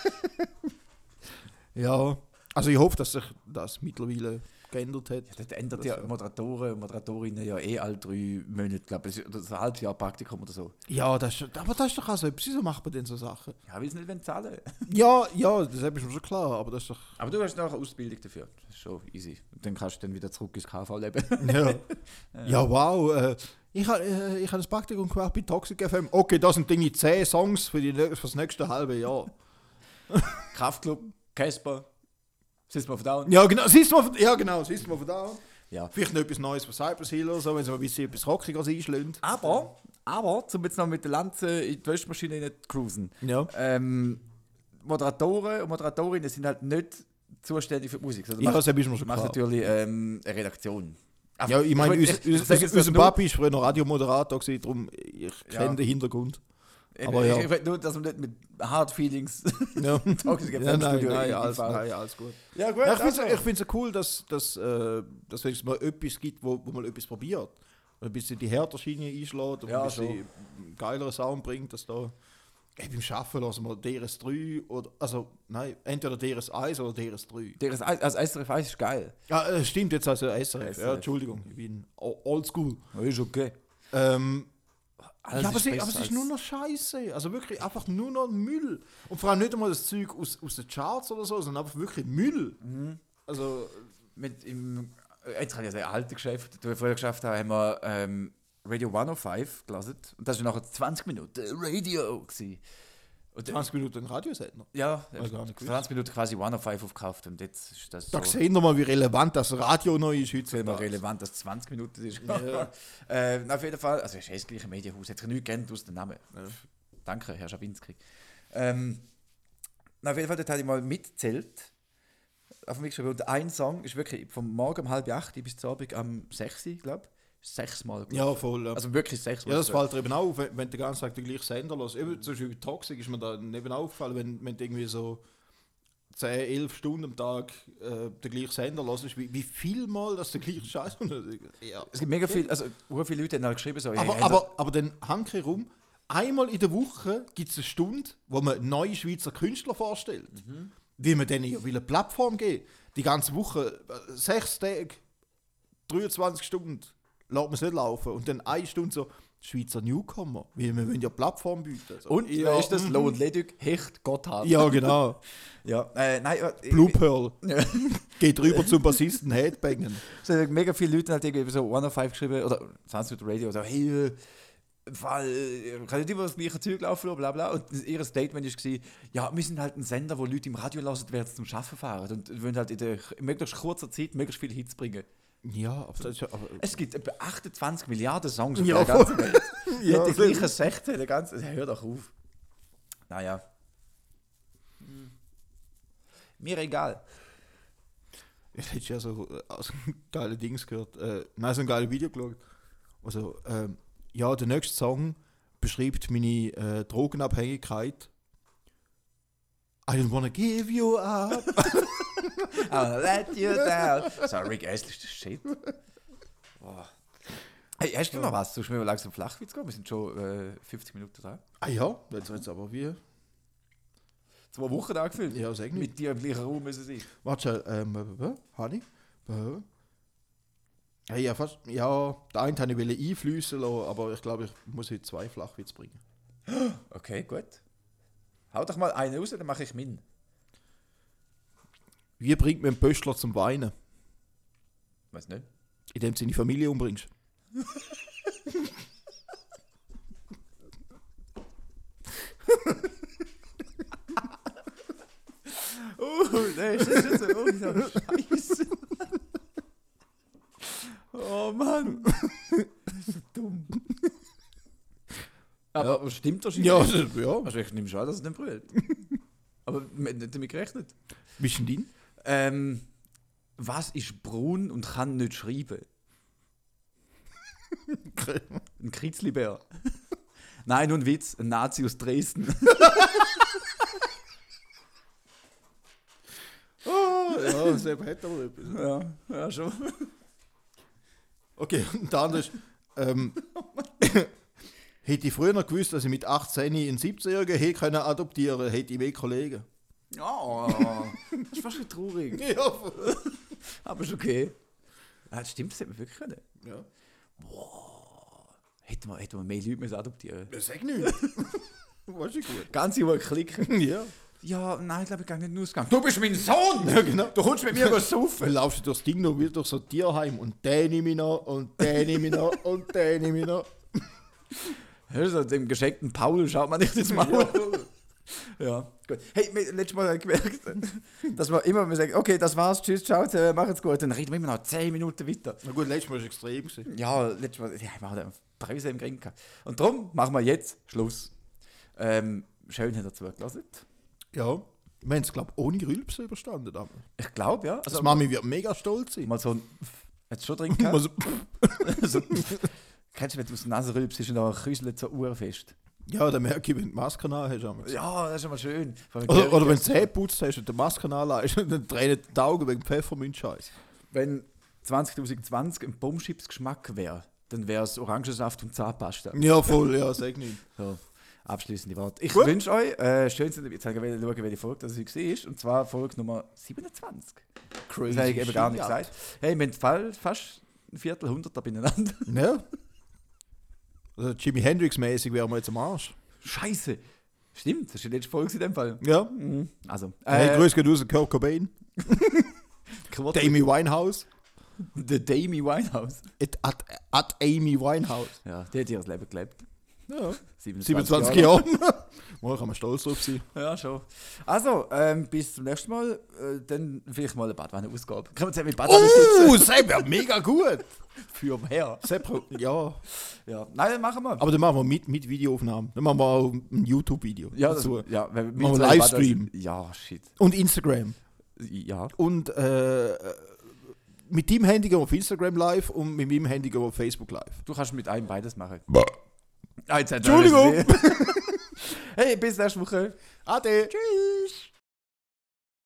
Ja, also ich hoffe, dass sich das mittlerweile geändert hat. Ja, das ändert ja Moderatoren und Moderatorinnen ja eh alle drei Monate, glaube ich, oder ein halbes Jahr Praktikum oder so. Ja, das ist, aber das ist doch auch so etwas, wieso macht man denn so Sachen? Ja, weil sie nicht zahlen wollen. Ja, ja, das ist mir schon klar, aber das ist doch... Aber du hast noch eine Ausbildung dafür, das ist schon easy. Und dann kannst du dann wieder zurück ins K V-Leben. Ja. Ja, wow, äh, ich habe äh, ich hab das Praktikum gemacht bei Toxic F M. Okay, das sind Dinge zehn Songs für, die, für das nächste halbe Jahr. Kraftclub, Casper, System of a Down. Ja, genau, System of, ja, genau, System of a Down. Ja. Vielleicht noch etwas Neues von Cypress Hill oder so, wenn sie mal ein bisschen etwas Rockigeres einschlägt. Aber, aber, um jetzt noch mit der Lanze in die Wäschmaschine nicht cruisen. Ja. Ähm, Moderatoren und Moderatorinnen sind halt nicht zuständig für die Musik. Also ja, das habe ich mir schon macht natürlich ähm, eine Redaktion. Aber ja, ich meine, unser Papi war früher noch Radiomoderator, darum ich kenne ja. den Hintergrund. Aber ich, ja. ich will nur, dass man nicht mit Hard Feelings ja. Toxic ja, nein, nein, alles, nein, alles gut. Ja, gut ja, ich also. finde es cool, dass, dass, äh, dass es mal etwas gibt, wo, wo man etwas probiert. Ein bisschen die härtere Schiene einschlägt und ja, ein bisschen so. Geileren Sound bringt, dass da... Hey, beim Arbeiten lassen wir D R S drei oder... Also, nein, entweder D R S eins oder D R S drei. D R S eins, also S R F eins ist geil. Ja, stimmt, jetzt also S R F. Ja, Entschuldigung, ich bin oldschool. Ja, ist okay. Ähm... Alles ja, aber, sie, aber es ist nur noch Scheiße. Also wirklich einfach nur noch Müll. Und vor allem nicht einmal das Zeug aus, aus den Charts oder so, sondern einfach wirklich Müll. Mhm. Also mit im, jetzt kann ich ja sagen, alte Geschäft, die wir vorher geschafft haben, haben wir ähm, Radio hundertfünf gelesen. Und das war nachher zwanzig Minuten Radio. Gewesen. Und, zwanzig Minuten Radiosender. ja, Hab gar nicht gewusst. zwanzig Minuten quasi hundertfünf aufgekauft. Und jetzt ist das Da so sehen wir mal, wie relevant das Radio neu ist immer heutzutage. relevant, dass zwanzig Minuten ist. äh, auf jeden Fall, also es ist eh das gleiche Medienhaus. Hat sich nichts geändert aus dem Namen. Danke, Herr Schabinski. Ähm, auf jeden Fall, dort habe ich mal mitgezählt. Auf mich geschrieben. Und ein Song ist wirklich vom Morgen um halb acht bis zum Abend am sechs, glaube ich. Sechsmal. Ja, voll. Ja. Also wirklich sechsmal. Ja, das fällt dir eben auf, wenn, wenn du den ganzen Tag den gleichen Sender hörst. Eben zum Beispiel bei Toxic ist mir da neben aufgefallen, wenn, wenn du irgendwie so zehn, elf Stunden am Tag äh, den gleichen Sender hörst, wie, wie viel Mal das der gleiche Scheiß ja. Es gibt mega viel, also sehr viele Leute haben halt geschrieben so. Aber, hey, aber, aber dann hanke rum, einmal in der Woche gibt es eine Stunde, wo man neue Schweizer Künstler vorstellt. Mhm. Wie man denen ja will eine Plattform geben. Die ganze Woche, äh, sechs Tage, dreiundzwanzig Stunden, lässt man es nicht laufen. Und dann eine Stunde so, Schweizer Newcomer, wie wir wollen ja Plattform bieten. So, und ja, wer ist das? mhm. Loh und Ledig, Hecht, Gotthard. Ja, genau. ja, äh, nein, äh, Blue Pearl. Ja. Geht rüber zum Bassisten Headbangen. Es haben mega viele Leute halt irgendwie so hundertfünf geschrieben, oder Sunset Radio, so, hey, äh, Fall, äh, kann nicht immer das gleiche Zeug laufen, bla bla. Und ihr Statement war, ja, wir sind halt ein Sender, wo Leute im Radio hören, während sie zum Arbeiten fahren. Und wollen halt in der möglichst kurzer Zeit möglichst viele Hits bringen. Ja, aber das ist ja... Aber Es gibt etwa achtundzwanzig Milliarden Songs auf Ja, der ganzen Welt. Ja, ja, die voll. gleichen sechzehn, der ganze... Hör doch auf. Naja. Hm. Mir egal. Ich hätte ja so äh, so geile Dings gehört. Äh, nein, so ein geiles Video geschaut. Also, ähm, ja, der nächste Song beschreibt meine äh, Drogenabhängigkeit. I don't wanna give you up. I'll let you down. So, Rick Astley ist das Shit. Oh. Hey, hast du noch was? Sollst du mir langsam Flachwitz gehen? Wir sind schon äh, fünfzig Minuten dran. Ah ja, jetzt jetzt aber wie? Zwei Wochen angefühlt. Ja, sag nicht. Mit dir im gleichen Raum müssen sie sein. Warte, ähm, äh, Hani? Äh, Hey, ja, fast, ja, der eine wollte ich einfließen lassen, aber ich glaube, ich muss heute zwei Flachwitze bringen. Okay, gut. Hau doch mal einen raus, dann mache ich meinen. Wie bringt man einen Pöstler zum Weinen? Weiß nicht. Indem du seine Familie umbringst. Oh, nein, ist das jetzt so, oh, Scheiße. Oh Mann. Das ist so dumm. Aber, aber stimmt wahrscheinlich. Ja, das, ja. Also ich nehme schon an, dass es nicht brüllt. Aber wir haben nicht damit gerechnet. Wie ist denn dein? Ähm, was ist braun und kann nicht schreiben? Ein Kritzlibär. Nein, nur ein Witz. Ein Nazi aus Dresden. Oh, ja, selber hätte aber etwas. ja, ja, schon. Okay, und der andere ist, ähm, hätte ich früher noch gewusst, dass ich mit achtzehn einen siebzehnjährigen hätte können adoptieren, hätte ich mehr Kollegen. Ja, das ist fast schon traurig. Ja, Aber ist okay. Ja, das stimmt, das hätte man wirklich können. ja. Hätten wir, hätten wir mehr Leute müssen adoptieren. Das sag nicht. Weißt du gut. Ganz über klicken. Ja. Ja, nein, ich glaube, ich gehe nicht nur ausgegangen. Du bist mein Sohn! Ja, genau. Du kommst mit mir was Dann saufen. laufst du durchs Ding noch wie durch so ein Tierheim und den nehme ich noch und den nehme ich noch und den nehme ich noch. Hörst du, dem geschenkten Paul schaut man nicht ins Maul. Ja, gut. Hey, wir- letztes Mal habe ich gemerkt, dass wir immer wir sagen, okay, das war's, tschüss, ciao, äh, macht's gut. Dann reden wir immer noch zehn Minuten weiter. Na gut, letztes Mal war es extrem. Gewesen. Ja, letztes Mal, ja, wir haben Preise im Gring gehabt. Und darum machen wir jetzt Schluss. Ähm, schön, habt ihr zugelassen. Ja. Wir haben es, glaube ich, ohne Rülpsen überstanden. Aber. Ich glaube, ja. Also, Mami wird mega stolz sein. mal so ein jetzt schon drin gehabt. Mal so, so, kennst du, wenn du aus der Nase rülpst, ist und dann küsselt so urfest. ja, dann merke ich, wenn du die Maske an hast. aber- Ja, das ist schon mal schön. Vor allem Oder, oder Gary- wenn du Zähne putzt hast und die Maske anlegst und dann tränen die Augen wegen Pfefferminzscheiß. Wenn zwanzig zwanzig ein Bombschips-Geschmack wäre, dann wäre es Orangensaft und Zahnpasta. Ja, voll, ja, sag nicht. So, abschließende Worte. Ich Gut. wünsche euch, äh, schön, dass ihr jetzt schauen, welche Folge das war. Und zwar Folge Nummer siebenundzwanzig. Crazy. Das habe ich eben gar nicht shit. gesagt. Hey, wir haben fall- fast ein Viertel Hunderter beieinander. Ja. Also Jimi Hendrix-mäßig wären wir jetzt am Arsch. Scheiße. Stimmt, das ist die letzte Folge in dem Fall. Ja. Also, Hey, äh, grüß geht raus, Kurt Cobain, Quote- Amy Winehouse. Der Amy Winehouse. At, at, at Amy Winehouse. Ja, die hat ihr Leben gelebt. Ja. siebenundzwanzig, siebenundzwanzig Jahre. Jahre. Mal kann man stolz drauf sein. Ja, schon. Also, ähm, bis zum nächsten Mal. Äh, dann vielleicht mal eine Badwanne-Ausgabe. Können wir uns ja mit Badwanne Oh, sitzen? Sepp, ja, mega gut. Für mehr. Sepp, ja. Ja. Nein, dann machen wir. Aber dann machen wir mit, mit Videoaufnahmen. Dann machen wir auch ein YouTube-Video ja, das, dazu. ja, wenn Machen wir zwei Livestream. Badwanne- Ja, shit. Und Instagram. Ja. Und äh, mit deinem Handy gehen wir auf Instagram live und mit meinem Handy gehen wir auf Facebook live. Du kannst mit einem beides machen. Ah, jetzt hat er Entschuldigung. alles gesehen. Hey, bis nächste Woche. Ade. Tschüss.